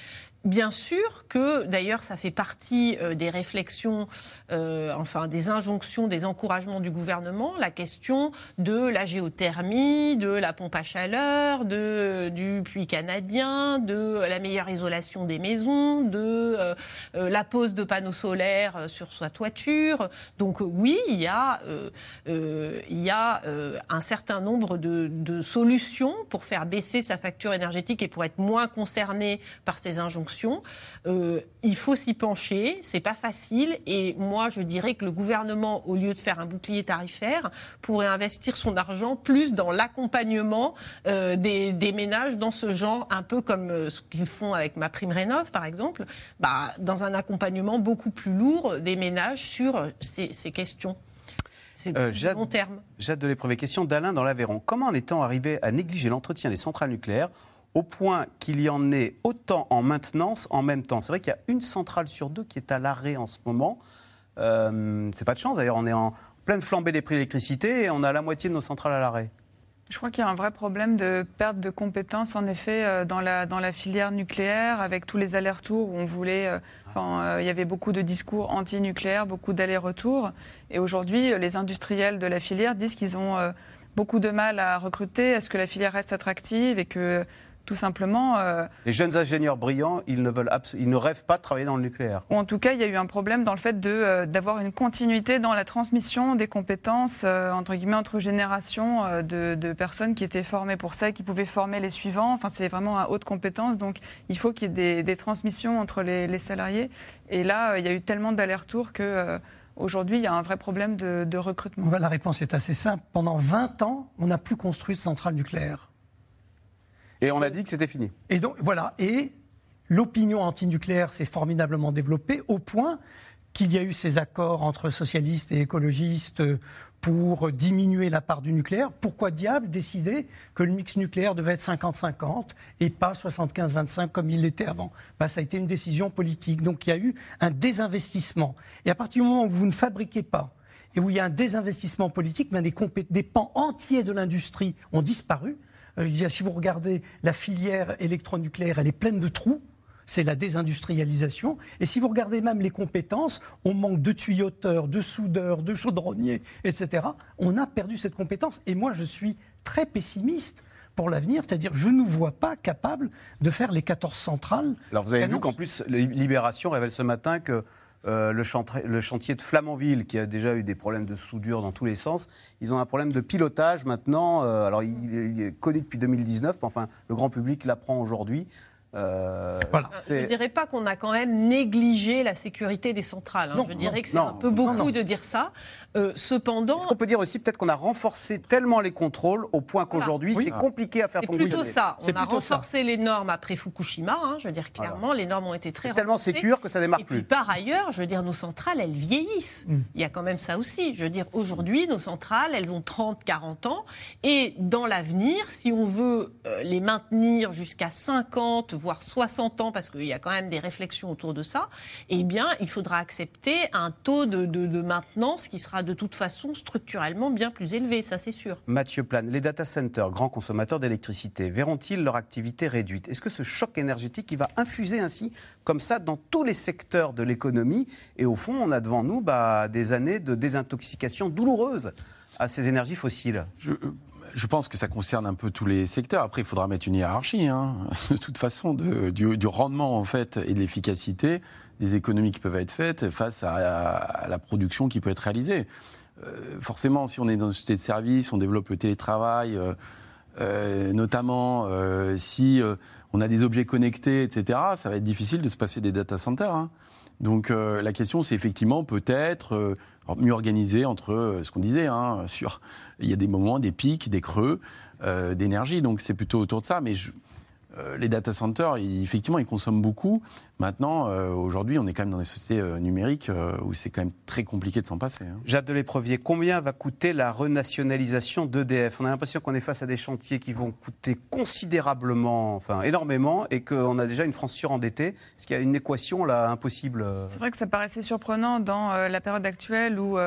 Bien sûr que, d'ailleurs, ça fait partie euh, des réflexions, euh, enfin des injonctions, des encouragements du gouvernement, la question de la géothermie, de la pompe à chaleur, de, du puits canadien, de la meilleure isolation des maisons, de euh, euh, la pose de panneaux solaires sur sa toiture. Donc euh, oui, il y a, euh, euh, il y a euh, un certain nombre de, de solutions pour faire baisser sa facture énergétique et pour être moins concerné par ces injonctions. Euh, il faut s'y pencher, c'est pas facile, et moi je dirais que le gouvernement, au lieu de faire un bouclier tarifaire, pourrait investir son argent plus dans l'accompagnement euh, des, des ménages dans ce genre, un peu comme euh, ce qu'ils font avec ma prime rénov par exemple, bah, dans un accompagnement beaucoup plus lourd des ménages sur ces, ces questions. C'est euh, Jade, long terme. Jade de l'Épreuve, question d'Alain dans l'Aveyron. Comment en est-on arrivé à négliger l'entretien des centrales nucléaires au point qu'il y en ait autant en maintenance en même temps? C'est vrai qu'il y a une centrale sur deux qui est à l'arrêt en ce moment. Euh, c'est pas de chance d'ailleurs, on est en pleine flambée des prix de l'électricité et on a la moitié de nos centrales à l'arrêt. Je crois qu'il y a un vrai problème de perte de compétences, en effet, dans la, dans la filière nucléaire, avec tous les allers-retours où on voulait... Enfin, euh, il y avait beaucoup de discours anti-nucléaires, beaucoup d'allers-retours. Et aujourd'hui, les industriels de la filière disent qu'ils ont euh, beaucoup de mal à recruter. Est-ce que la filière reste attractive et que... Tout simplement... Euh, les jeunes ingénieurs brillants, ils ne, veulent abs- ils ne rêvent pas de travailler dans le nucléaire. Ou en tout cas, il y a eu un problème dans le fait de, euh, d'avoir une continuité dans la transmission des compétences, euh, entre guillemets, entre générations euh, de, de personnes qui étaient formées pour ça et qui pouvaient former les suivants. Enfin, c'est vraiment à haute compétence, donc il faut qu'il y ait des, des transmissions entre les, les salariés. Et là, euh, il y a eu tellement d'allers-retours que... Euh, Aujourd'hui, il y a un vrai problème de, de recrutement. La réponse est assez simple. Pendant vingt ans, on n'a plus construit de centrale nucléaire. Et on a dit que c'était fini. Et donc, voilà. Et l'opinion antinucléaire s'est formidablement développée au point qu'il y a eu ces accords entre socialistes et écologistes pour diminuer la part du nucléaire. Pourquoi diable décider que le mix nucléaire devait être cinquante cinquante et pas soixante-quinze vingt-cinq comme il l'était avant? Ben, ça a été une décision politique. Donc il y a eu un désinvestissement. Et à partir du moment où vous ne fabriquez pas et où il y a un désinvestissement politique, ben des, compé- des pans entiers de l'industrie ont disparu. Euh, si vous regardez la filière électronucléaire, elle est pleine de trous. C'est la désindustrialisation. Et si vous regardez même les compétences, on manque de tuyauteurs, de soudeurs, de chaudronniers, et cetera. On a perdu cette compétence. Et moi, je suis très pessimiste pour l'avenir, c'est-à-dire je ne nous vois pas capables de faire les quatorze centrales. Alors vous avez vu qu'en plus, Libération révèle ce matin que Euh, le, chantier, le chantier de Flamanville, qui a déjà eu des problèmes de soudure dans tous les sens, ils ont un problème de pilotage maintenant. Euh, alors, il, il est connu depuis deux mille dix-neuf, mais enfin, le grand public l'apprend aujourd'hui. Euh, voilà. Je ne dirais pas qu'on a quand même négligé la sécurité des centrales. Hein. Non, je dirais non, que c'est non, un peu beaucoup non, non. de dire ça. Euh, cependant... Est-ce qu'on peut dire aussi peut-être qu'on a renforcé tellement les contrôles au point qu'aujourd'hui, voilà. oui. c'est compliqué à faire c'est fonctionner. C'est plutôt ça. On c'est a renforcé ça. les normes après Fukushima. Hein. Je veux dire, clairement, voilà. les normes ont été très c'est tellement sécure que ça démarre Et plus. Et puis, par ailleurs, je veux dire, nos centrales, elles vieillissent. Mm. Il y a quand même ça aussi. Je veux dire, aujourd'hui, nos centrales, elles ont trente, quarante ans. Et dans l'avenir, si on veut euh, les maintenir jusqu'à cinquante, voire soixante ans, parce qu'il y a quand même des réflexions autour de ça, eh bien, il faudra accepter un taux de, de, de maintenance qui sera de toute façon structurellement bien plus élevé, ça c'est sûr. Mathieu Plane, les data centers, grands consommateurs d'électricité, verront-ils leur activité réduite? Est-ce que ce choc énergétique, il va infuser ainsi, comme ça, dans tous les secteurs de l'économie? Et au fond, on a devant nous bah, des années de désintoxication douloureuse à ces énergies fossiles. Je... Je pense que ça concerne un peu tous les secteurs. Après, il faudra mettre une hiérarchie, hein, de toute façon, de, du, du rendement en fait, et de l'efficacité des économies qui peuvent être faites face à, à, à la production qui peut être réalisée. Euh, forcément, si on est dans une société de service, on développe le télétravail, euh, euh, notamment euh, si euh, on a des objets connectés, et cetera, ça va être difficile de se passer des data centers. Hein. Donc euh, la question, c'est effectivement peut-être... Euh, Alors, mieux organisé entre euh, ce qu'on disait, hein, sur, il y a des moments, des pics, des creux euh, d'énergie, donc c'est plutôt autour de ça. Mais je, euh, les data centers, ils, effectivement, ils consomment beaucoup. Maintenant, euh, aujourd'hui, on est quand même dans des sociétés euh, numériques euh, où c'est quand même très compliqué de s'en passer. Hein. Jade de l'Épreuvier, combien va coûter la renationalisation d'E D F? On a l'impression qu'on est face à des chantiers qui vont coûter considérablement, enfin énormément, et qu'on a déjà une France surendettée. Est-ce qu'il y a une équation là impossible? C'est vrai que ça paraissait surprenant dans euh, la période actuelle où euh,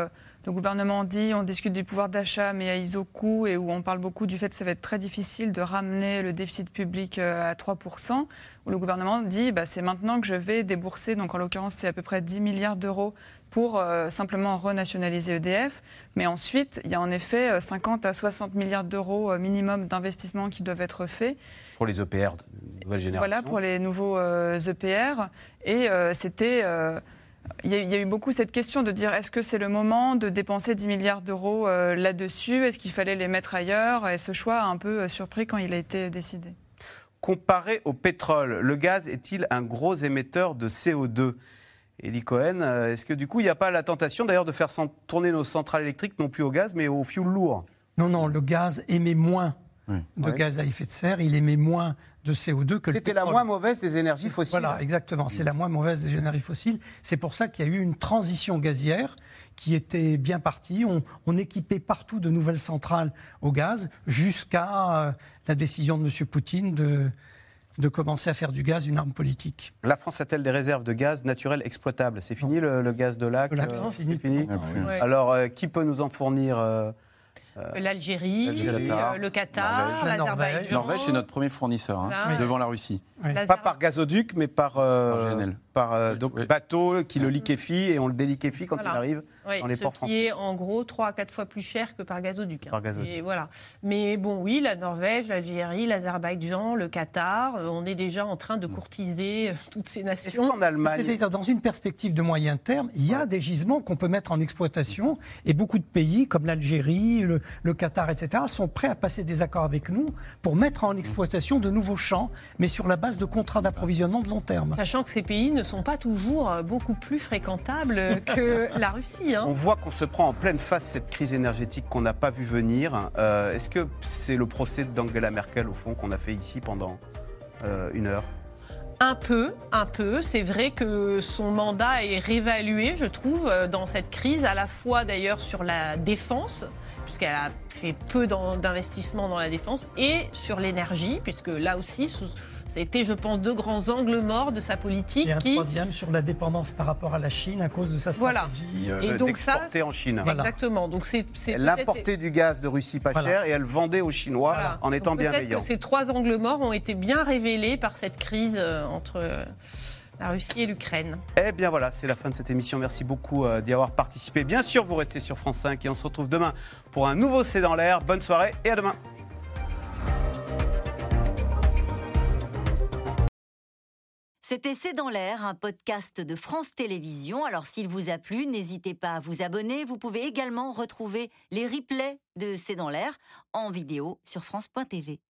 Le gouvernement dit, on discute du pouvoir d'achat, mais à I S O coût, et où on parle beaucoup du fait que ça va être très difficile de ramener le déficit public à trois pour cent, où le gouvernement dit, bah, c'est maintenant que je vais débourser, donc en l'occurrence c'est à peu près dix milliards d'euros pour euh, simplement renationaliser E D F. Mais ensuite, il y a en effet cinquante à soixante milliards d'euros minimum d'investissements qui doivent être faits. Pour les E P R de nouvelle génération. Voilà, pour les nouveaux euh, E P R. Et euh, c'était... Euh, Il y, a, il y a eu beaucoup cette question de dire est-ce que c'est le moment de dépenser dix milliards d'euros euh, là-dessus? Est-ce qu'il fallait les mettre ailleurs? Et ce choix a un peu euh, surpris quand il a été décidé. Comparé au pétrole, le gaz est-il un gros émetteur de C O deux? Élie Cohen, est-ce que du coup il n'y a pas la tentation d'ailleurs de faire tourner nos centrales électriques non plus au gaz mais au fioul lourd? Non, non, le gaz émet moins oui. de ouais. gaz à effet de serre, il émet moins de C O deux que le pétrole. C'était la moins mauvaise des énergies fossiles. Voilà, exactement. C'est la moins mauvaise des énergies fossiles. C'est pour ça qu'il y a eu une transition gazière qui était bien partie. On, on équipait partout de nouvelles centrales au gaz jusqu'à euh, la décision de M. Poutine de, de commencer à faire du gaz une arme politique. La France a-t-elle des réserves de gaz naturel exploitables? C'est fini le, le gaz de lac? Le lac, euh, c'est fini. fini. Ah, oui. Ouais. Alors, euh, qui peut nous en fournir euh, Euh, L'Algérie, euh, le Qatar, l'Azerbaïdjan. Norvège est notre premier fournisseur, hein, voilà. devant la Russie. Oui. Pas par gazoduc, mais par, euh, par, G N L. par euh, donc, oui. bateau qui le liquéfie et on le déliquéfie quand voilà. il arrive oui, dans les ports français. Ce qui est en gros trois à quatre fois plus cher que par gazoduc. Hein. Par gazoduc. Et voilà. Mais bon, oui, la Norvège, l'Algérie, l'Azerbaïdjan, le Qatar, euh, on est déjà en train de courtiser euh, toutes ces nations. Est-ce qu'en Allemagne... C'est-à-dire, dans une perspective de moyen terme, il y a ouais. des gisements qu'on peut mettre en exploitation et beaucoup de pays, comme l'Algérie, le, le Qatar, et cetera, sont prêts à passer des accords avec nous pour mettre en exploitation de nouveaux champs, mais sur la base de contrats d'approvisionnement de long terme. Sachant que ces pays ne sont pas toujours beaucoup plus fréquentables que la Russie. Hein. On voit qu'on se prend en pleine face cette crise énergétique qu'on n'a pas vu venir. Euh, est-ce que c'est le procès d'Angela Merkel, au fond, qu'on a fait ici pendant euh, une heure ? Un peu, un peu. C'est vrai que son mandat est réévalué, je trouve, dans cette crise, à la fois d'ailleurs sur la défense, puisqu'elle a fait peu d'investissements dans la défense, et sur l'énergie, puisque là aussi, ça a été, je pense, deux grands angles morts de sa politique. Et un qui... troisième sur la dépendance par rapport à la Chine à cause de sa stratégie. Voilà. Et donc d'exporter en Chine. Voilà. Exactement. Donc c'est, c'est elle importait du gaz de Russie pas voilà. cher et elle vendait aux Chinois voilà. en étant donc bienveillant. Peut-être que ces trois angles morts ont été bien révélés par cette crise entre la Russie et l'Ukraine. Eh bien voilà, c'est la fin de cette émission. Merci beaucoup euh, d'y avoir participé. Bien sûr, vous restez sur France cinq et on se retrouve demain pour un nouveau C'est dans l'air. Bonne soirée et à demain. C'était C'est dans l'air, un podcast de France Télévisions. Alors s'il vous a plu, n'hésitez pas à vous abonner. Vous pouvez également retrouver les replays de C'est dans l'air en vidéo sur France point T V.